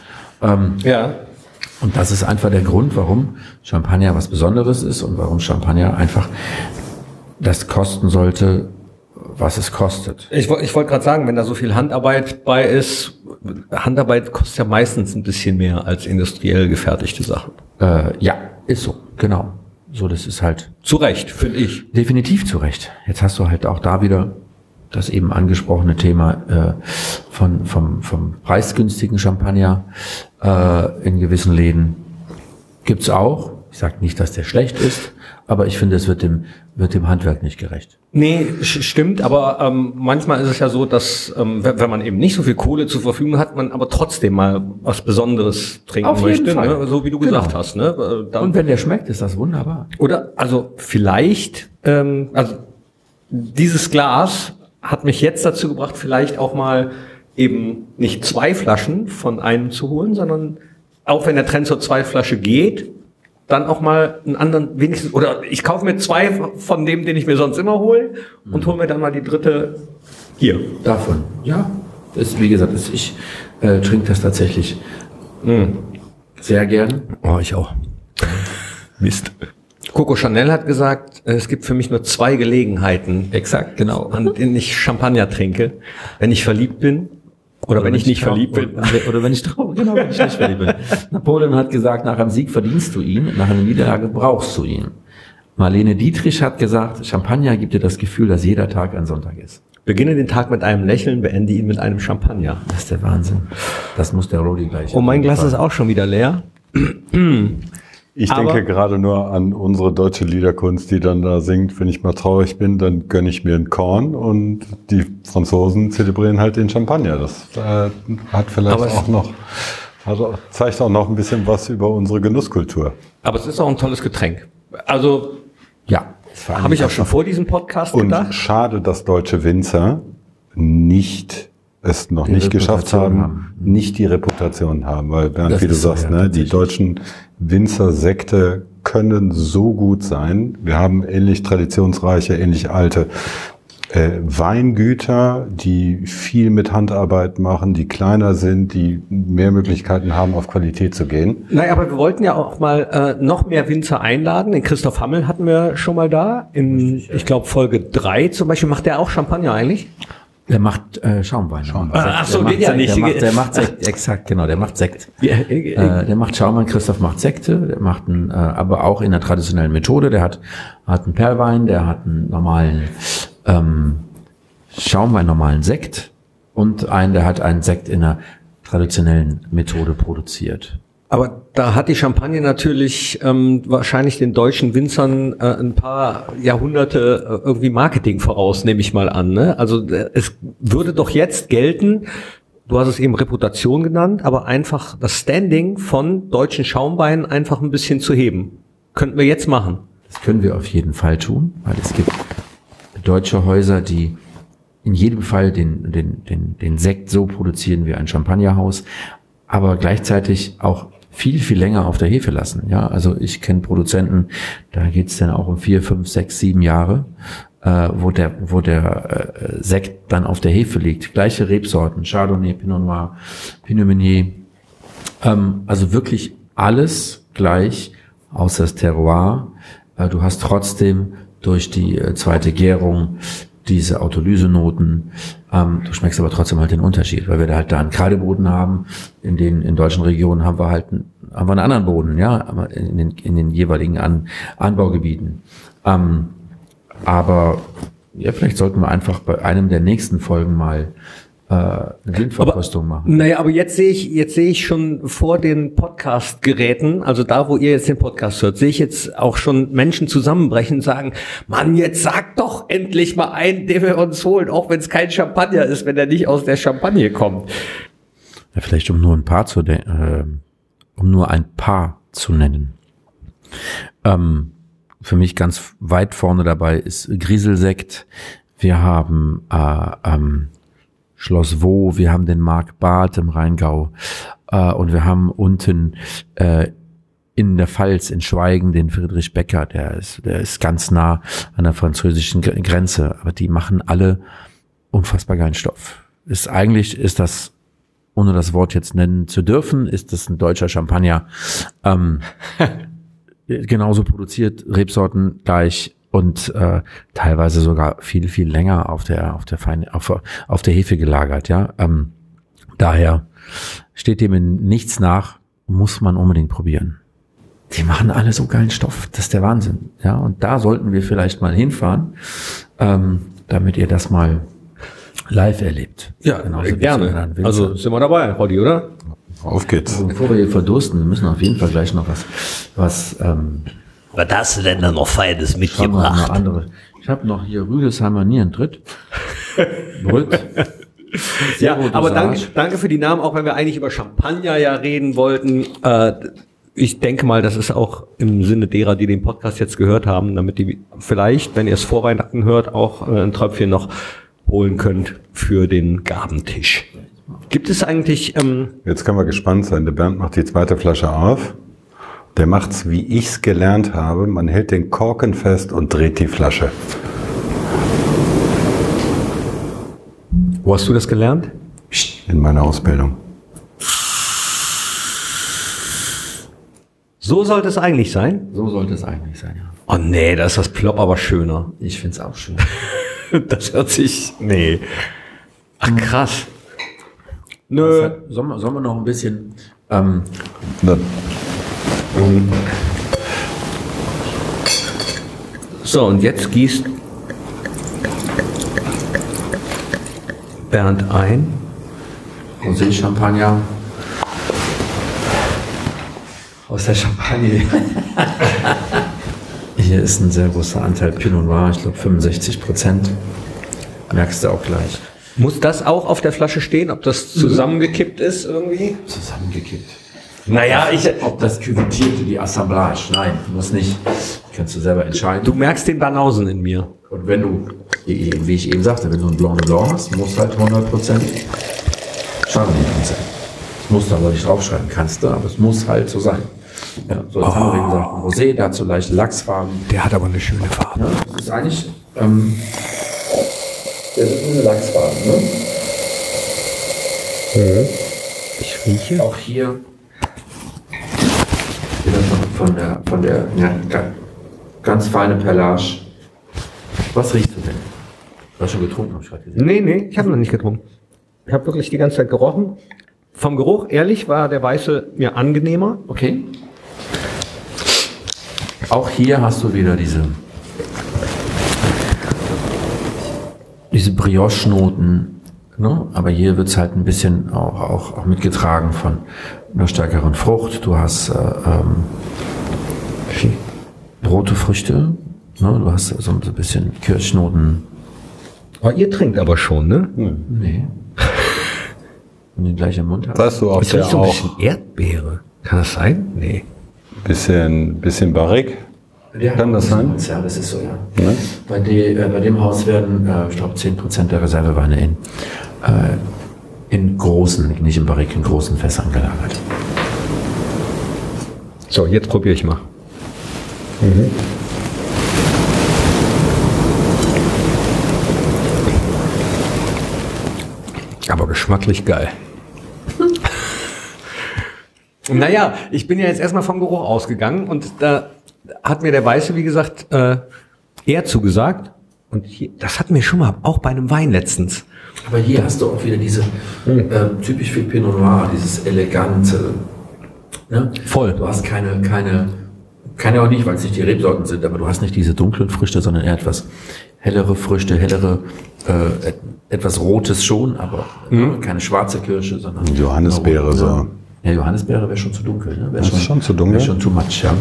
Und das ist einfach der Grund, warum Champagner was Besonderes ist und warum Champagner einfach das kosten sollte, was es kostet. Ich wollte gerade sagen, wenn da so viel Handarbeit bei ist, Handarbeit kostet ja meistens ein bisschen mehr als industriell gefertigte Sachen. Ja, ist so, genau. So, das ist halt zu Recht, finde ich. Definitiv zu Recht. Jetzt hast du halt auch da wieder das eben angesprochene Thema vom preisgünstigen Champagner in gewissen Läden. Gibt's auch. Ich sage nicht, dass der schlecht ist, aber ich finde, es wird dem Handwerk nicht gerecht. Nee, stimmt, aber manchmal ist es ja so, dass wenn man eben nicht so viel Kohle zur Verfügung hat, man aber trotzdem mal was Besonderes trinken Auf jeden möchte, Fall. ne? So wie du gesagt hast. Ne? Und wenn der schmeckt, ist das wunderbar. Oder, also vielleicht, also dieses Glas hat mich jetzt dazu gebracht, vielleicht auch mal eben nicht 2 Flaschen von einem zu holen, sondern auch wenn der Trend zur 2-Flasche geht, dann auch mal einen anderen, wenigstens, oder ich kaufe mir 2 von dem, den ich mir sonst immer hole und hole mir dann mal die dritte hier. Davon, ja. Das, wie gesagt, ich trinke das tatsächlich sehr gern. Oh, ich auch. Mist. Coco Chanel hat gesagt, es gibt für mich nur 2 Gelegenheiten. Exakt, genau. An denen ich Champagner trinke. Wenn ich verliebt bin oder wenn ich nicht verliebt bin. Oder wenn ich wenn ich nicht verliebt bin. Napoleon hat gesagt, nach einem Sieg verdienst du ihn, nach einer Niederlage brauchst du ihn. Marlene Dietrich hat gesagt, Champagner gibt dir das Gefühl, dass jeder Tag ein Sonntag ist. Beginne den Tag mit einem Lächeln, beende ihn mit einem Champagner. Das ist der Wahnsinn. Das muss der Rodi gleich. Und mein Glas ist auch schon wieder leer. Ich Aber- denke gerade nur an unsere deutsche Liederkunst, die dann da singt, wenn ich mal traurig bin, dann gönne ich mir ein Korn und die Franzosen zelebrieren halt den Champagner. Das hat vielleicht Aber es- auch noch, also zeigt auch noch ein bisschen was über unsere Genusskultur. Aber es ist auch ein tolles Getränk. Also Ja. habe ich auch schon vor diesem Podcast Und gedacht. schade, dass deutsche Winzer es noch Die nicht geschafft Reputation haben, nicht die Reputation haben. Weil, Bernd, Das wie du ist so, sagst, ja, ne, die tatsächlich. deutschen Winzersekte können so gut sein. Wir haben ähnlich traditionsreiche, ähnlich alte Weingüter, die viel mit Handarbeit machen, die kleiner sind, die mehr Möglichkeiten haben, auf Qualität zu gehen. Naja, aber wir wollten ja auch mal noch mehr Winzer einladen. Den Christoph Hammel hatten wir schon mal da. In, ich glaube, Folge 3 zum Beispiel. Macht der auch Champagner eigentlich? Der macht Schaumwein. Ach so, der den ja nicht. Der macht Sekt, exakt, genau, der macht Sekt. Ja, Der macht Schaumwein, Christoph macht Sekte, der macht einen, aber auch in der traditionellen Methode. Der hat einen Perlwein, der hat einen normalen Schaumwein, normalen Sekt und der hat einen Sekt in der traditionellen Methode produziert. Aber da hat die Champagne natürlich wahrscheinlich den deutschen Winzern ein paar Jahrhunderte irgendwie Marketing voraus, nehme ich mal an. Ne? Also es würde doch jetzt gelten, du hast es eben Reputation genannt, aber einfach das Standing von deutschen Schaumweinen einfach ein bisschen zu heben. Könnten wir jetzt machen. Das können wir auf jeden Fall tun, weil es gibt deutsche Häuser, die in jedem Fall den Sekt so produzieren wie ein Champagnerhaus, aber gleichzeitig auch viel, viel länger auf der Hefe lassen. Ja, also ich kenne Produzenten, da geht's dann auch um 4, 5, 6, 7 Jahre, wo der Sekt dann auf der Hefe liegt. Gleiche Rebsorten, Chardonnay, Pinot Noir, Pinot Meunier. Also wirklich alles gleich, außer das Terroir. Du hast trotzdem durch die zweite Gärung diese Autolysenoten. Du schmeckst aber trotzdem halt den Unterschied, weil wir da halt einen Kreideboden haben. In deutschen Regionen haben wir einen anderen Boden, ja, aber in den jeweiligen Anbaugebieten. Aber ja, vielleicht sollten wir einfach bei einem der nächsten Folgen mal eine Blindverkostung machen. Naja, aber jetzt sehe ich schon vor den Podcast-Geräten, also da, wo ihr jetzt den Podcast hört, sehe ich jetzt auch schon Menschen zusammenbrechen und sagen, Mann, jetzt sag doch endlich mal einen, den wir uns holen, auch wenn es kein Champagner ist, wenn er nicht aus der Champagne kommt. Ja, vielleicht um nur ein Paar zu nennen. Für mich ganz weit vorne dabei ist Grieselsekt. Wir haben Schloss Vaux, wir haben den Mark Barth im Rheingau und wir haben unten in der Pfalz in Schweigen den Friedrich Becker, der ist ganz nah an der französischen Grenze, aber die machen alle unfassbar geilen Stoff. Eigentlich ist das, ohne das Wort jetzt nennen zu dürfen, ist das ein deutscher Champagner, genauso produziert, Rebsorten gleich und teilweise sogar viel, viel länger auf der Hefe gelagert, ja. Daher steht dem in nichts nach, muss man unbedingt probieren. Die machen alle so geilen Stoff, das ist der Wahnsinn, ja. Und da sollten wir vielleicht mal hinfahren, damit ihr das mal live erlebt. Ja, Genauso wie gerne. zu anderen Winzern. Also sind wir dabei, Roddy, oder? Auf geht's. Bevor wir hier verdursten, wir müssen auf jeden Fall gleich noch was Was hast du denn da noch Feines schauen wir mal mitgebracht? andere. Ich habe noch hier Rüdesheimer Nierentritt. Brüt. Ja, Zero aber Dosage. danke für die Namen, auch wenn wir eigentlich über Champagner ja reden wollten. Ich denke mal, das ist auch im Sinne derer, die den Podcast jetzt gehört haben, damit die vielleicht, wenn ihr es vor Weihnachten hört, auch ein Tröpfchen noch holen könnt für den Gabentisch. Gibt es eigentlich, Jetzt können wir gespannt sein. Der Bernd macht die zweite Flasche auf. Der macht's, wie ich's gelernt habe. Man hält den Korken fest und dreht die Flasche. wo hast du das gelernt? In meiner Ausbildung. So sollte es eigentlich sein. So sollte es eigentlich sein, ja. Oh nee, da ist das Plop aber schöner. Ich find's auch schön. Das hört sich, nee. Ach krass. Nö. Sollen wir noch ein bisschen Dann So, und jetzt gießt. Bernd ein. Rosé-Champagner aus der Champagne. Hier ist ein sehr großer Anteil Pinot Noir, ich glaube 65%. Merkst du auch gleich. Muss das auch auf der Flasche stehen, ob das zusammengekippt ist irgendwie? Zusammengekippt. Naja, Ob das küvetierte, die Assemblage, nein, muss nicht. Kannst du selber entscheiden. du merkst den Banausen in mir. Und wenn du, wie ich eben sagte, wenn du ein Blanc de Blanc hast, muss halt 100% Chardonnay drin sein. Das musst du aber nicht draufschreiben, kannst du, aber es muss halt so sein. Ja, so jetzt haben wir eben gesagt, ein Rosé, der hat so leicht Lachsfarben. Der hat aber eine schöne Farbe. Ja, das ist eigentlich, das ist eine Lachsfarbe, ne? Ich rieche. Auch hier wieder von der ja, ganz feine Perlage. Was riechst du denn? Du hast schon getrunken, habe ich gerade gesehen. Nee, ich habe noch nicht getrunken. Ich habe wirklich die ganze Zeit gerochen. Vom Geruch, ehrlich, war der Weiße mir angenehmer. Okay. Auch hier hast du wieder diese Brioche-Noten, ne? Aber hier wird es halt ein bisschen auch mitgetragen von einer stärkeren Frucht. Du hast rote Früchte, ne? Du hast so ein bisschen Kirschnoten. Oh, ihr trinkt aber schon, ne? Nee. Wenn du den gleich im Mund hast. Weißt du, ob Ich der rieche so ein auch bisschen Erdbeere. Kann das sein? Nee. bisschen barrique? Ja, Kann das sein? Ja, das ist so, ja. Ne? Bei dem Haus werden, ich glaube, 10% der Reserveweine in großen, nicht in Barrique, in großen Fässern gelagert. So, jetzt probiere ich mal. Aber geschmacklich geil. Naja, ich bin ja jetzt erstmal vom Geruch ausgegangen und da hat mir der Weiße, wie gesagt, eher zugesagt. Und hier, das hatten wir schon mal, auch bei einem Wein letztens. Aber hier hast du auch wieder diese, typisch für Pinot Noir, dieses elegante. Ne? Voll. Du hast keine auch nicht, weil es nicht die Rebsorten sind, aber du hast nicht diese dunklen Früchte, sondern eher etwas hellere Früchte, etwas Rotes schon, aber keine schwarze Kirsche, sondern Johannisbeere, so. Ja, Johannisbeere wäre schon zu dunkel, ne? Das ist schon zu dunkel? Wäre schon too much, ja.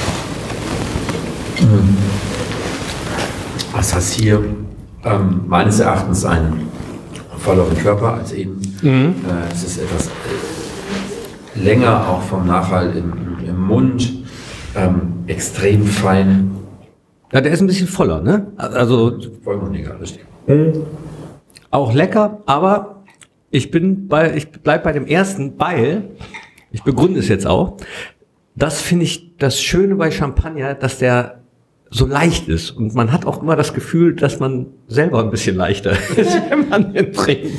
Was hast hier meines Erachtens einen volleren Körper als eben. Es ist etwas länger, auch vom Nachhall im Mund, extrem fein. Ja, der ist ein bisschen voller, ne? Also Vollmundiger, richtig. auch lecker, aber ich bleib bei dem ersten, weil, ich begründe es jetzt auch, das finde ich das Schöne bei Champagner, dass der so leicht ist. Und man hat auch immer das Gefühl, dass man selber ein bisschen leichter ist, wenn man den trinkt.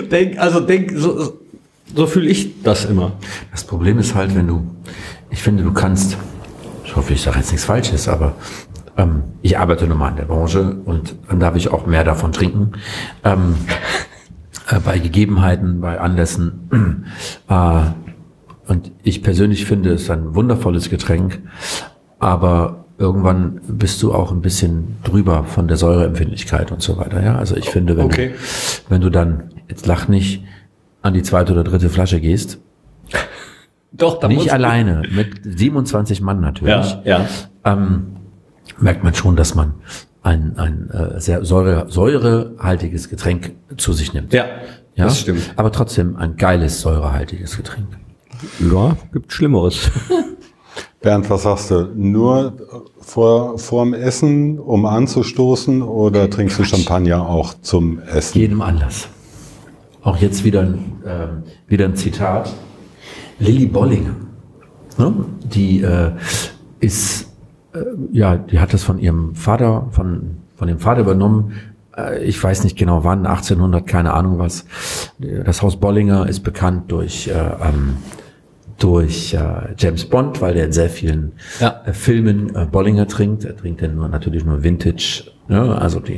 So fühle ich das immer. Das Problem ist halt, ich finde, du kannst, ich hoffe, ich sage jetzt nichts Falsches, aber ich arbeite nun mal in der Branche und dann darf ich auch mehr davon trinken. Bei Gegebenheiten, bei Anlässen. Und ich persönlich finde es ein wundervolles Getränk, aber irgendwann bist du auch ein bisschen drüber von der Säureempfindlichkeit und so weiter. Ja, also ich finde, wenn du dann, jetzt lach nicht, an die zweite oder dritte Flasche gehst, Doch, da nicht alleine, mit 27 Mann natürlich, Ja. merkt man schon, dass man ein sehr säurehaltiges Getränk zu sich nimmt. Ja, das stimmt. Aber trotzdem ein geiles säurehaltiges Getränk. Ja, gibt Schlimmeres. Bernd, was sagst du? Nur vorm Essen, um anzustoßen, oder trinkst du Champagner auch zum Essen? Jedem Anlass. Auch jetzt wieder ein Zitat. Lilly Bollinger, ne? Die die hat das von ihrem Vater, von dem Vater übernommen. Ich weiß nicht genau wann, 1800, keine Ahnung was. Das Haus Bollinger ist bekannt durch James Bond, weil der in sehr vielen Filmen Bollinger trinkt. Er trinkt dann natürlich nur Vintage, ne? Also die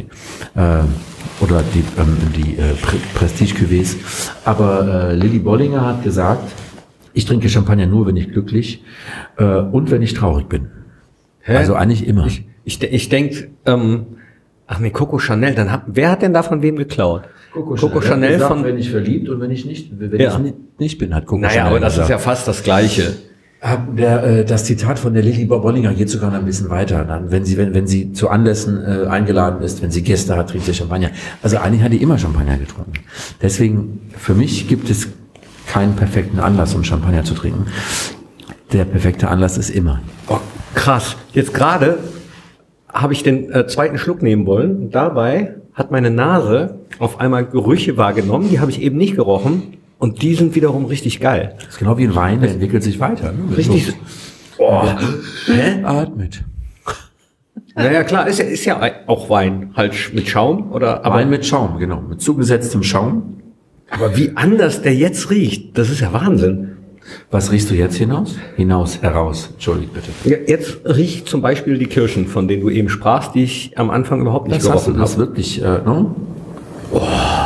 Prestige-Cuvées. Aber Lilly Bollinger hat gesagt, ich trinke Champagner nur, wenn ich glücklich und wenn ich traurig bin. Also eigentlich immer. Ich denke, Coco Chanel, wer hat denn da von wem geklaut? Coco Chanel gesagt, von... wenn ich verliebt und wenn ich nicht bin, hat Coco Naja, Chanel aber das gesagt. ist ja fast das Gleiche. Das Zitat von der Lilly Bollinger geht sogar noch ein bisschen weiter. Dann, wenn sie zu Anlässen eingeladen ist, wenn sie Gäste hat, trinkt sie Champagner. Also eigentlich hat die immer Champagner getrunken. Deswegen, für mich gibt es keinen perfekten Anlass, um Champagner zu trinken. Der perfekte Anlass ist immer. Oh, krass. Jetzt gerade habe ich den zweiten Schluck nehmen wollen. Und dabei hat meine Nase auf einmal Gerüche wahrgenommen. Die habe ich eben nicht gerochen. Und die sind wiederum richtig geil. Das ist genau wie ein Wein, der entwickelt sich weiter. Ne? Richtig. Oh. Hä? Atmet. Naja, klar, ist ja auch Wein. Halt mit Schaum oder? Aber Wein mit Schaum, genau. Mit zugesetztem Schaum. Aber wie anders der jetzt riecht, das ist ja Wahnsinn. Was riechst du jetzt hinaus? Heraus. Entschuldigt bitte. Ja, jetzt riecht zum Beispiel die Kirschen, von denen du eben sprachst, die ich am Anfang überhaupt nicht gerochen habe. Das ist wirklich, ne? Oh.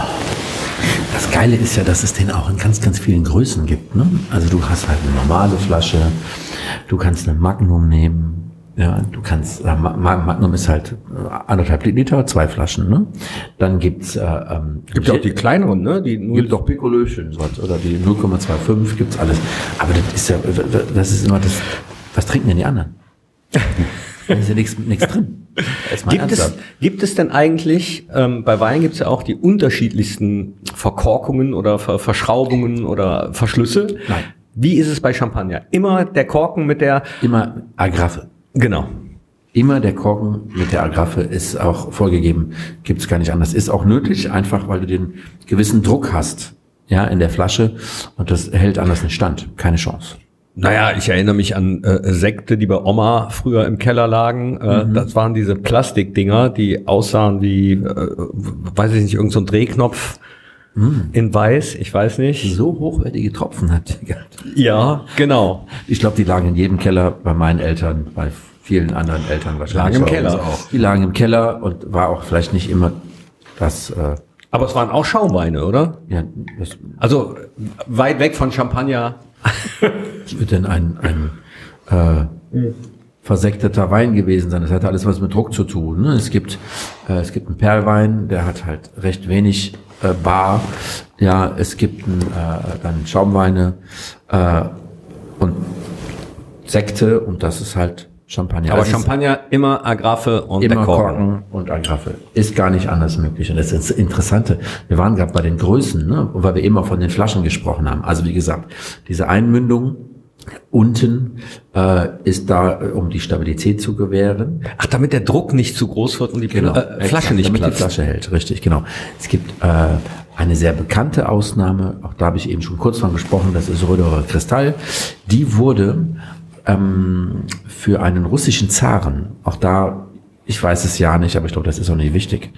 Das Geile ist ja, dass es den auch in ganz, ganz vielen Größen gibt, ne? Also du hast halt eine normale Flasche, du kannst eine Magnum nehmen, ja, du kannst, Magnum ist halt 1,5 Liter, 2 Flaschen, ne? Dann gibt's, Gibt ja auch die kleineren, ne? Die gibt auch Picolöchen, oder die 0,25, gibt's alles. Aber das ist ja, das ist immer das, was trinken denn die anderen? Da ist ja nichts drin. Gibt es denn eigentlich, bei Wein gibt es ja auch die unterschiedlichsten Verkorkungen oder Verschraubungen oder Verschlüsse. Nein. Wie ist es bei Champagner? Immer der Korken mit der... Immer Agraffe. Genau. Immer der Korken mit der Agraffe ist auch vorgegeben, gibt's gar nicht anders. Ist auch nötig, einfach weil du den gewissen Druck hast, ja, in der Flasche, und das hält anders nicht stand. Keine Chance. Naja, ich erinnere mich an Sekte, die bei Oma früher im Keller lagen. Das waren diese Plastikdinger, die aussahen wie, weiß ich nicht, irgend so ein Drehknopf in weiß, ich weiß nicht. So hochwertige Tropfen hat die gehabt. Ja, genau. Ich glaube, die lagen in jedem Keller, bei meinen Eltern, bei vielen anderen Eltern wahrscheinlich. Lagen im Keller auch. Die lagen im Keller und war auch vielleicht nicht immer das... Aber es waren auch Schaumweine, oder? Ja, also weit weg von Champagner. Es wird denn ein versekteter Wein gewesen sein. Das hat alles was mit Druck zu tun. Ne? Es gibt einen Perlwein, der hat halt recht wenig Bar. Ja, es gibt dann Schaumweine und Sekte, und das ist halt Champagner. Aber also Champagner immer Agraffe und immer der Korken. Korken und Agraffe. Ist gar nicht anders möglich. Und das ist das Interessante. Wir waren gerade bei den Größen, ne? Weil wir immer von den Flaschen gesprochen haben. Also wie gesagt, diese Einmündung unten ist da, um die Stabilität zu gewähren. Ach, damit der Druck nicht zu groß wird und die Flasche nicht damit platzt. die Flasche hält, richtig, genau. Es gibt eine sehr bekannte Ausnahme, auch da habe ich eben schon kurz von gesprochen, das ist Röderer Kristall. Die wurde für einen russischen Zaren, auch da, ich weiß es ja nicht, aber ich glaube, das ist auch nicht wichtig,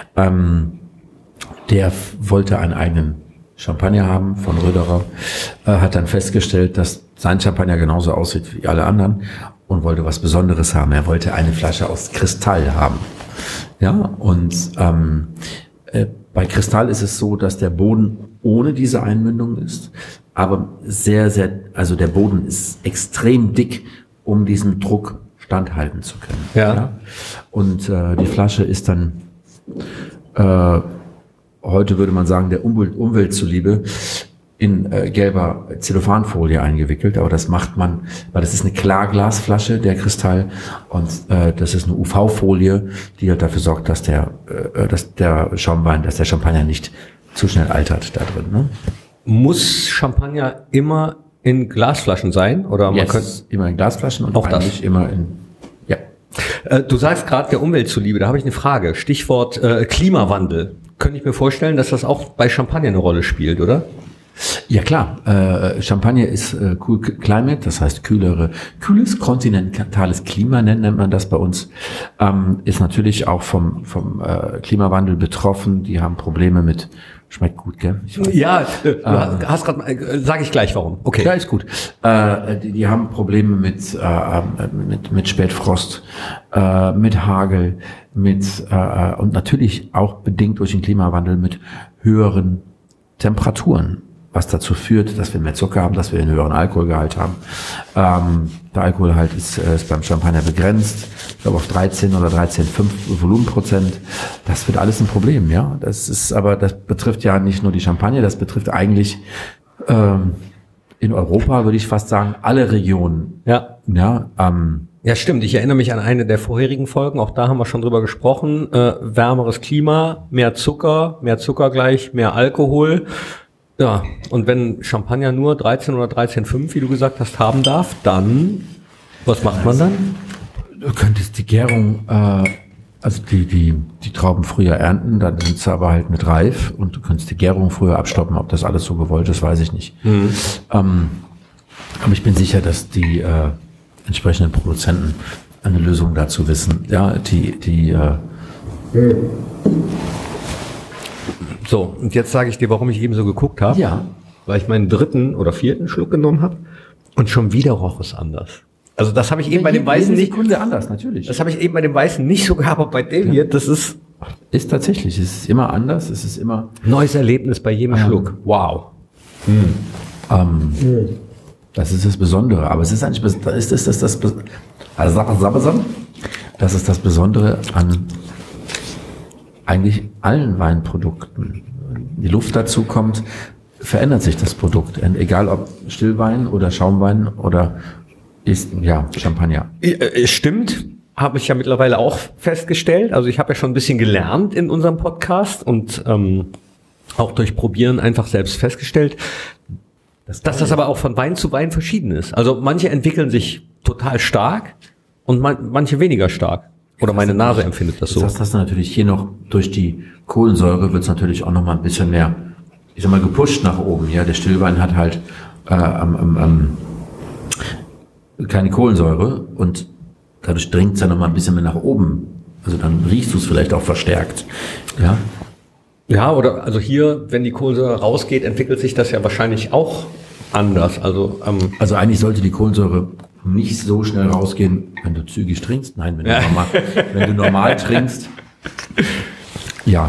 der wollte einen eigenen Champagner haben von Röderer, hat dann festgestellt, dass sein Champagner genauso aussieht wie alle anderen und wollte was Besonderes haben. Er wollte eine Flasche aus Kristall haben. Ja, und bei Kristall ist es so, dass der Boden ohne diese Einmündung ist, aber also der Boden ist extrem dick, um diesem Druck standhalten zu können. Ja. Und die Flasche ist dann heute würde man sagen, der Umwelt zuliebe, in gelber Zellophanfolie eingewickelt. Aber das macht man, weil das ist eine Klarglasflasche, der Kristall, und das ist eine UV-Folie, die halt dafür sorgt, dass der Champagner nicht zu schnell altert da drin. Ne? Muss Champagner immer in Glasflaschen sein? Oder man könnte immer in Glasflaschen und auch eigentlich das immer in... Ja. Du sagst gerade der Umwelt zuliebe, da habe ich eine Frage. Stichwort Klimawandel. Könnte ich mir vorstellen, dass das auch bei Champagner eine Rolle spielt, oder? Ja klar, Champagner ist cool climate, das heißt kühles kontinentales Klima nennt man das bei uns, ist natürlich auch vom Klimawandel betroffen. Die haben Probleme mit, schmeckt gut, gell? Ja, du hast gerade, sage ich gleich warum. Okay. Ja, ist gut. Die haben Probleme mit Spätfrost, mit Hagel, und natürlich auch bedingt durch den Klimawandel mit höheren Temperaturen. was dazu führt, dass wir mehr Zucker haben, dass wir einen höheren Alkoholgehalt haben. Der Alkoholgehalt ist beim Champagner begrenzt, ich glaube auf 13 oder 13,5 Volumenprozent. Das wird alles ein Problem, ja. Das betrifft ja nicht nur die Champagner, das betrifft eigentlich in Europa, würde ich fast sagen, alle Regionen. Ja. Ja, Stimmt. Ich erinnere mich an eine der vorherigen Folgen. Auch da haben wir schon drüber gesprochen. Wärmeres Klima, mehr Zucker gleich mehr Alkohol. Ja. Und wenn Champagner nur 13 oder 13,5, wie du gesagt hast, haben darf, dann, was macht man dann? Du könntest die Gärung, also die Trauben früher ernten, dann sind sie aber halt mit reif und du könntest die Gärung früher abstoppen. Ob das alles so gewollt ist, weiß ich nicht. Aber ich bin sicher, dass die entsprechenden Produzenten eine Lösung dazu wissen. Ja, So, und jetzt sage ich dir, warum ich eben so geguckt habe. Ja. Weil ich meinen 3. oder 4. Schluck genommen habe und schon wieder roch es anders. Also das habe ich eben bei dem Weißen nicht. Sekunde anders, natürlich. Das habe ich eben bei dem Weißen nicht so gehabt, aber bei dem hier, das ist tatsächlich, es ist immer anders, es ist immer neues Erlebnis bei jedem Schluck. Wow. Das ist das Besondere, aber es ist eigentlich, das ist das Besondere an eigentlich allen Weinprodukten. Die Luft dazu kommt, verändert sich das Produkt, egal ob Stillwein oder Schaumwein oder Champagner. Stimmt, habe ich ja mittlerweile auch festgestellt. Also ich habe ja schon ein bisschen gelernt in unserem Podcast und auch durch Probieren einfach selbst festgestellt, dass das aber auch von Wein zu Wein verschieden ist. Also manche entwickeln sich total stark und manche weniger stark. Oder meine Nase empfindet das so. Das hast du natürlich hier noch durch die Kohlensäure wird es natürlich auch noch mal ein bisschen mehr, ich sag mal, gepusht nach oben. Ja, der Stillwein hat halt keine Kohlensäure und dadurch dringt es ja noch mal ein bisschen mehr nach oben. Also dann riechst du es vielleicht auch verstärkt. Ja. Ja, oder also hier, wenn die Kohlensäure rausgeht, entwickelt sich das ja wahrscheinlich auch anders. Also eigentlich sollte die Kohlensäure nicht so schnell rausgehen, wenn du zügig trinkst. Nein, wenn du normal trinkst. Ja,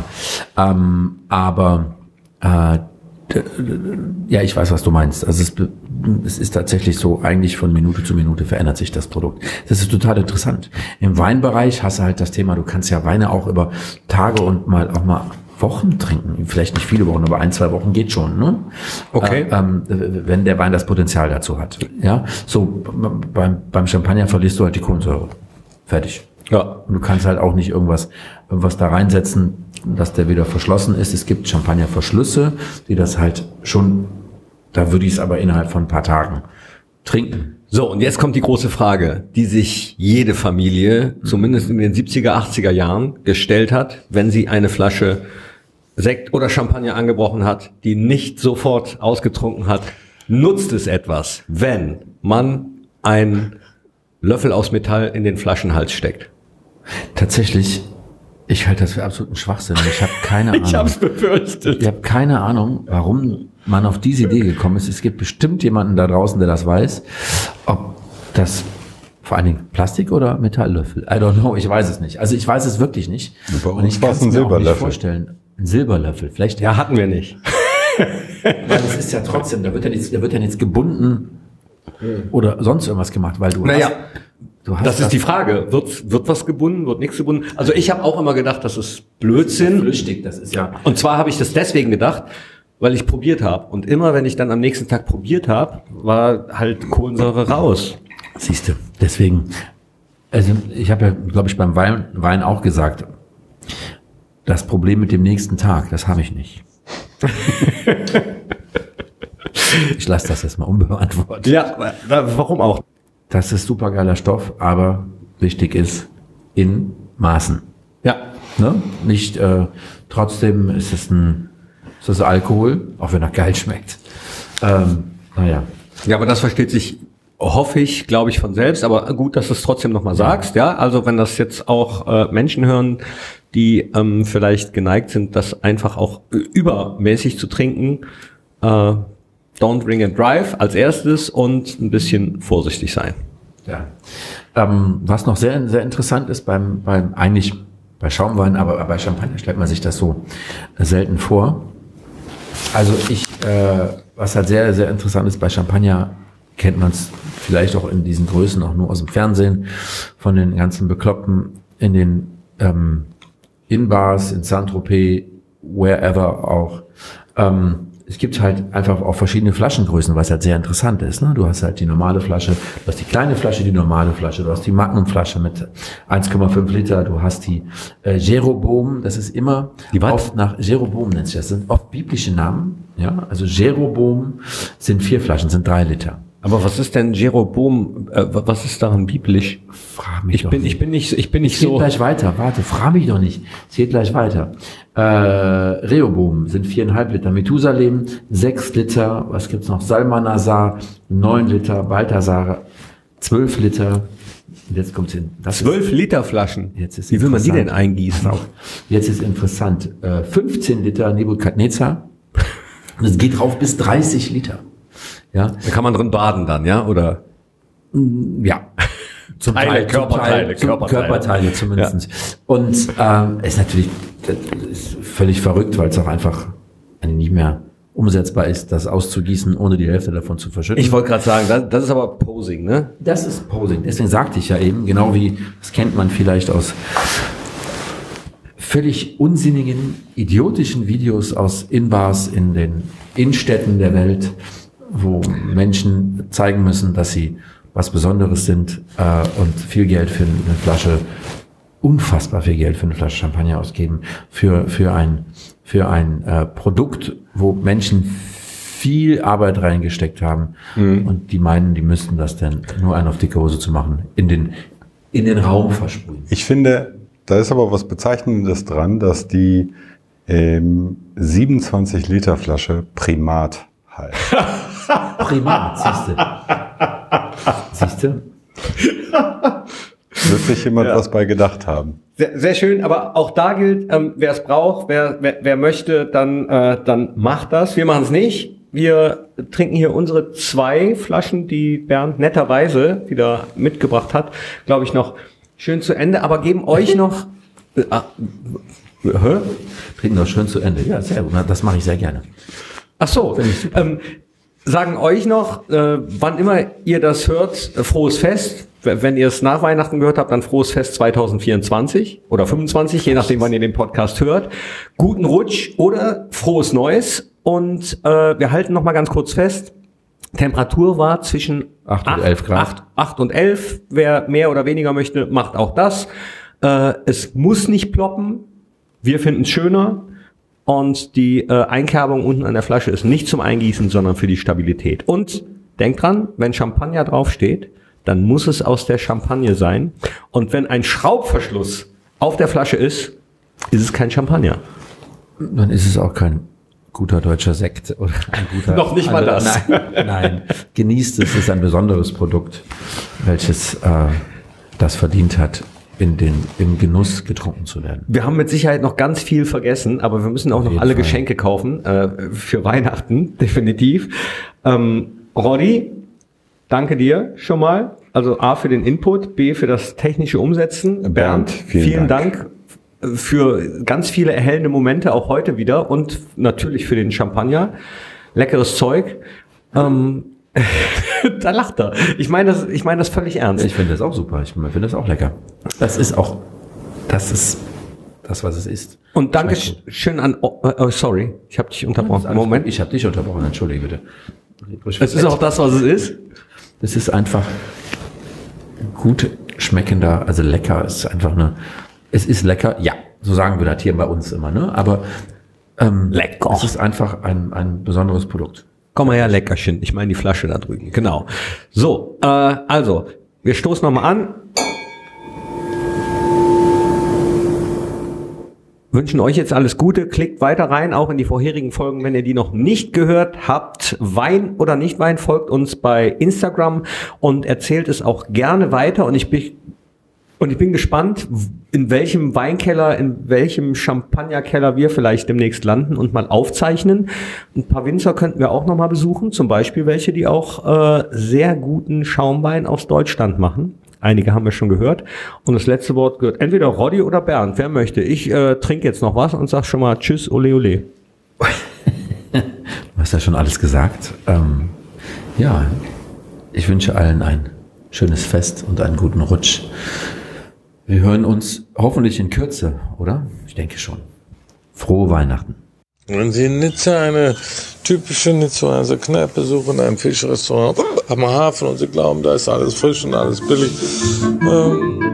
ich weiß, was du meinst. Also es ist tatsächlich so, eigentlich von Minute zu Minute verändert sich das Produkt. Das ist total interessant. Im Weinbereich hast du halt das Thema, du kannst ja Weine auch über Tage und auch mal Wochen trinken. Vielleicht nicht viele Wochen, aber 1-2 Wochen geht schon, ne? Okay. Wenn der Wein das Potenzial dazu hat. Ja, so beim Champagner verlierst du halt die Kohlensäure. Fertig. Ja. Und du kannst halt auch nicht irgendwas da reinsetzen, dass der wieder verschlossen ist. Es gibt Champagnerverschlüsse, die das halt schon, da würde ich es aber innerhalb von ein paar Tagen trinken. So, und jetzt kommt die große Frage, die sich jede Familie, zumindest in den 70er, 80er Jahren, gestellt hat, wenn sie eine Flasche Sekt oder Champagner angebrochen hat, die nicht sofort ausgetrunken hat. Nutzt es etwas, wenn man einen Löffel aus Metall in den Flaschenhals steckt? Tatsächlich, ich halte das für absoluten Schwachsinn. Ich habe keine Ahnung. Ich habe es befürchtet. Ich habe keine Ahnung, warum man auf diese Idee gekommen ist. Es gibt bestimmt jemanden da draußen, der das weiß. Ob das vor allen Dingen Plastik oder Metalllöffel? I don't know, ich weiß es nicht. Also ich weiß es wirklich nicht. Bei uns war es ein Silberlöffel. Vorstellen. Ein Silberlöffel, vielleicht. Ja, hatten wir nicht. Weil es ist ja trotzdem, da wird ja nichts gebunden oder sonst irgendwas gemacht, weil du hast das ist die Frage. Wird was gebunden, wird nichts gebunden? Also ich habe auch immer gedacht, das ist Blödsinn. Flüchtig, das ist ja. Und zwar habe ich das deswegen gedacht, weil ich probiert habe. Und immer, wenn ich dann am nächsten Tag probiert habe, war halt Kohlensäure raus. Siehst du, deswegen, also ich habe ja, glaube ich, beim Wein auch gesagt, das Problem mit dem nächsten Tag, das habe ich nicht. Ich lasse das jetzt mal unbeantwortet. Ja, warum auch? Das ist supergeiler Stoff, aber wichtig ist in Maßen. Ja. Ne? Nicht, trotzdem ist es Alkohol, auch wenn er geil schmeckt. Naja. Ja, aber das versteht sich, hoffe ich, glaube ich, von selbst. Aber gut, dass du es trotzdem nochmal sagst. Ja, also wenn das jetzt auch Menschen hören, die vielleicht geneigt sind, das einfach auch übermäßig zu trinken, don't drink and drive als erstes und ein bisschen vorsichtig sein. Ja. Was noch sehr, sehr interessant ist eigentlich bei Schaumwein, aber bei Champagner stellt man sich das so selten vor. Also ich was halt sehr, sehr interessant ist bei Champagner, kennt man es vielleicht auch in diesen Größen auch nur aus dem Fernsehen, von den ganzen Bekloppten in den In-Bars, in Saint-Tropez, wherever auch. Es gibt halt einfach auch verschiedene Flaschengrößen, was halt sehr interessant ist. Ne? Du hast halt die normale Flasche, du hast die kleine Flasche, die normale Flasche, du hast die Magnum-Flasche mit 1,5 Liter, du hast die Jeroboam, das ist immer oft nach Jeroboam nennt sich das, sind oft biblische Namen. Ja, also Jeroboam sind 4 Flaschen, sind 3 Liter. Aber was ist denn Jeroboam? Was ist daran biblisch? Frag mich Ich bin nicht Es geht so. gleich weiter. Warte, frag mich doch nicht. Es geht gleich weiter. Rehoboam sind 4,5 Liter. Methusalem 6 Liter. Was gibt's noch? Salmanasar 9 Liter. Balthasar 12 Liter. Und jetzt kommt's hin. 12 Liter Flaschen. Jetzt ist Wie will man die denn interessant. eingießen? Jetzt ist interessant. 15 Liter Nebukadnezar. Und es geht rauf bis 30 Liter. Ja. Da kann man drin baden dann, ja? Oder? Ja. Zum Teile, Körperteile Körperteile zumindest. Ja. Und ist natürlich das ist völlig verrückt, weil es auch einfach nicht mehr umsetzbar ist, das auszugießen, ohne die Hälfte davon zu verschütten. Ich wollte gerade sagen, das ist aber Posing, ne? Das ist Posing. Deswegen sagte ich ja eben, genau wie, das kennt man vielleicht aus völlig unsinnigen, idiotischen Videos aus In-Bars in den Innenstädten der Welt, wo Menschen zeigen müssen, dass sie was Besonderes sind und viel Geld für eine Flasche, unfassbar viel Geld für eine Flasche Champagner ausgeben, für ein Produkt, wo Menschen viel Arbeit reingesteckt haben und die meinen, die müssten das denn nur einen auf dicke Hose zu machen, in den Raum versprühen. Ich finde, da ist aber was Bezeichnendes dran, dass die 27 Liter Flasche Primat heißt. Primat, siehst du? Wird sich jemand was bei gedacht haben. Sehr, sehr schön, aber auch da gilt, wer es braucht, wer möchte, dann macht das. Wir machen es nicht. Wir trinken hier unsere 2 Flaschen, die Bernd netterweise wieder mitgebracht hat, glaube ich, noch schön zu Ende, aber geben euch noch... Trinken das schön zu Ende. Ja, sehr gut. Das mache ich sehr gerne. Ach so, sagen euch noch, wann immer ihr das hört, frohes Fest. Wenn ihr es nach Weihnachten gehört habt, dann frohes Fest 2024 oder 25, je nachdem, wann ihr den Podcast hört. Guten Rutsch oder frohes Neues. Und wir halten noch mal ganz kurz fest. Temperatur war zwischen 8 und 11 Grad. 8 und 11. Wer mehr oder weniger möchte, macht auch das. Es muss nicht ploppen. Wir finden es schöner. Und die Einkerbung unten an der Flasche ist nicht zum Eingießen, sondern für die Stabilität. Und denkt dran, wenn Champagner draufsteht, dann muss es aus der Champagne sein. Und wenn ein Schraubverschluss auf der Flasche ist es kein Champagner. Dann ist es auch kein guter deutscher Sekt oder ein guter. Noch nicht mal das. Nein. Genießt es, ist ein besonderes Produkt, welches das verdient hat, im Genuss getrunken zu werden. Wir haben mit Sicherheit noch ganz viel vergessen, aber wir müssen auch noch alle Geschenke kaufen für Weihnachten, definitiv. Roddy, danke dir schon mal. Also A für den Input, B für das technische Umsetzen. Bernd, vielen Dank für ganz viele erhellende Momente, auch heute wieder. Und natürlich für den Champagner. Leckeres Zeug. Da lacht er. Ich meine das völlig ernst. Ich finde das auch super. Ich finde das auch lecker. Das ist das, was es ist. Und danke schön an... sorry, ich habe dich unterbrochen. Moment. Ich habe dich unterbrochen, entschuldige bitte. Es ist auch das, was es ist. Das ist einfach gut schmeckender, also lecker. Es ist einfach es ist lecker, ja, so sagen wir das hier bei uns immer, ne? Aber lecker. Es ist einfach ein besonderes Produkt. Komm mal her, Leckerchen. Ich meine die Flasche da drüben. Genau. So, also, wir stoßen nochmal an. Wünschen euch jetzt alles Gute. Klickt weiter rein, auch in die vorherigen Folgen, wenn ihr die noch nicht gehört habt. Wein oder nicht Wein, folgt uns bei Instagram und erzählt es auch gerne weiter. Und ich bin gespannt, in welchem Weinkeller, in welchem Champagnerkeller wir vielleicht demnächst landen und mal aufzeichnen. Ein paar Winzer könnten wir auch noch mal besuchen, zum Beispiel welche, die auch sehr guten Schaumwein aus Deutschland machen. Einige haben wir schon gehört. Und das letzte Wort gehört entweder Roddy oder Bernd. Wer möchte? Ich trinke jetzt noch was und sag schon mal Tschüss, ole ole. Was hast ja schon alles gesagt. Ja, ich wünsche allen ein schönes Fest und einen guten Rutsch. Wir hören uns hoffentlich in Kürze, oder? Ich denke schon. Frohe Weihnachten. Wenn Sie in Nizza eine typische Nizzaer Kneipe suchen, ein Fischrestaurant am Hafen und Sie glauben, da ist alles frisch und alles billig,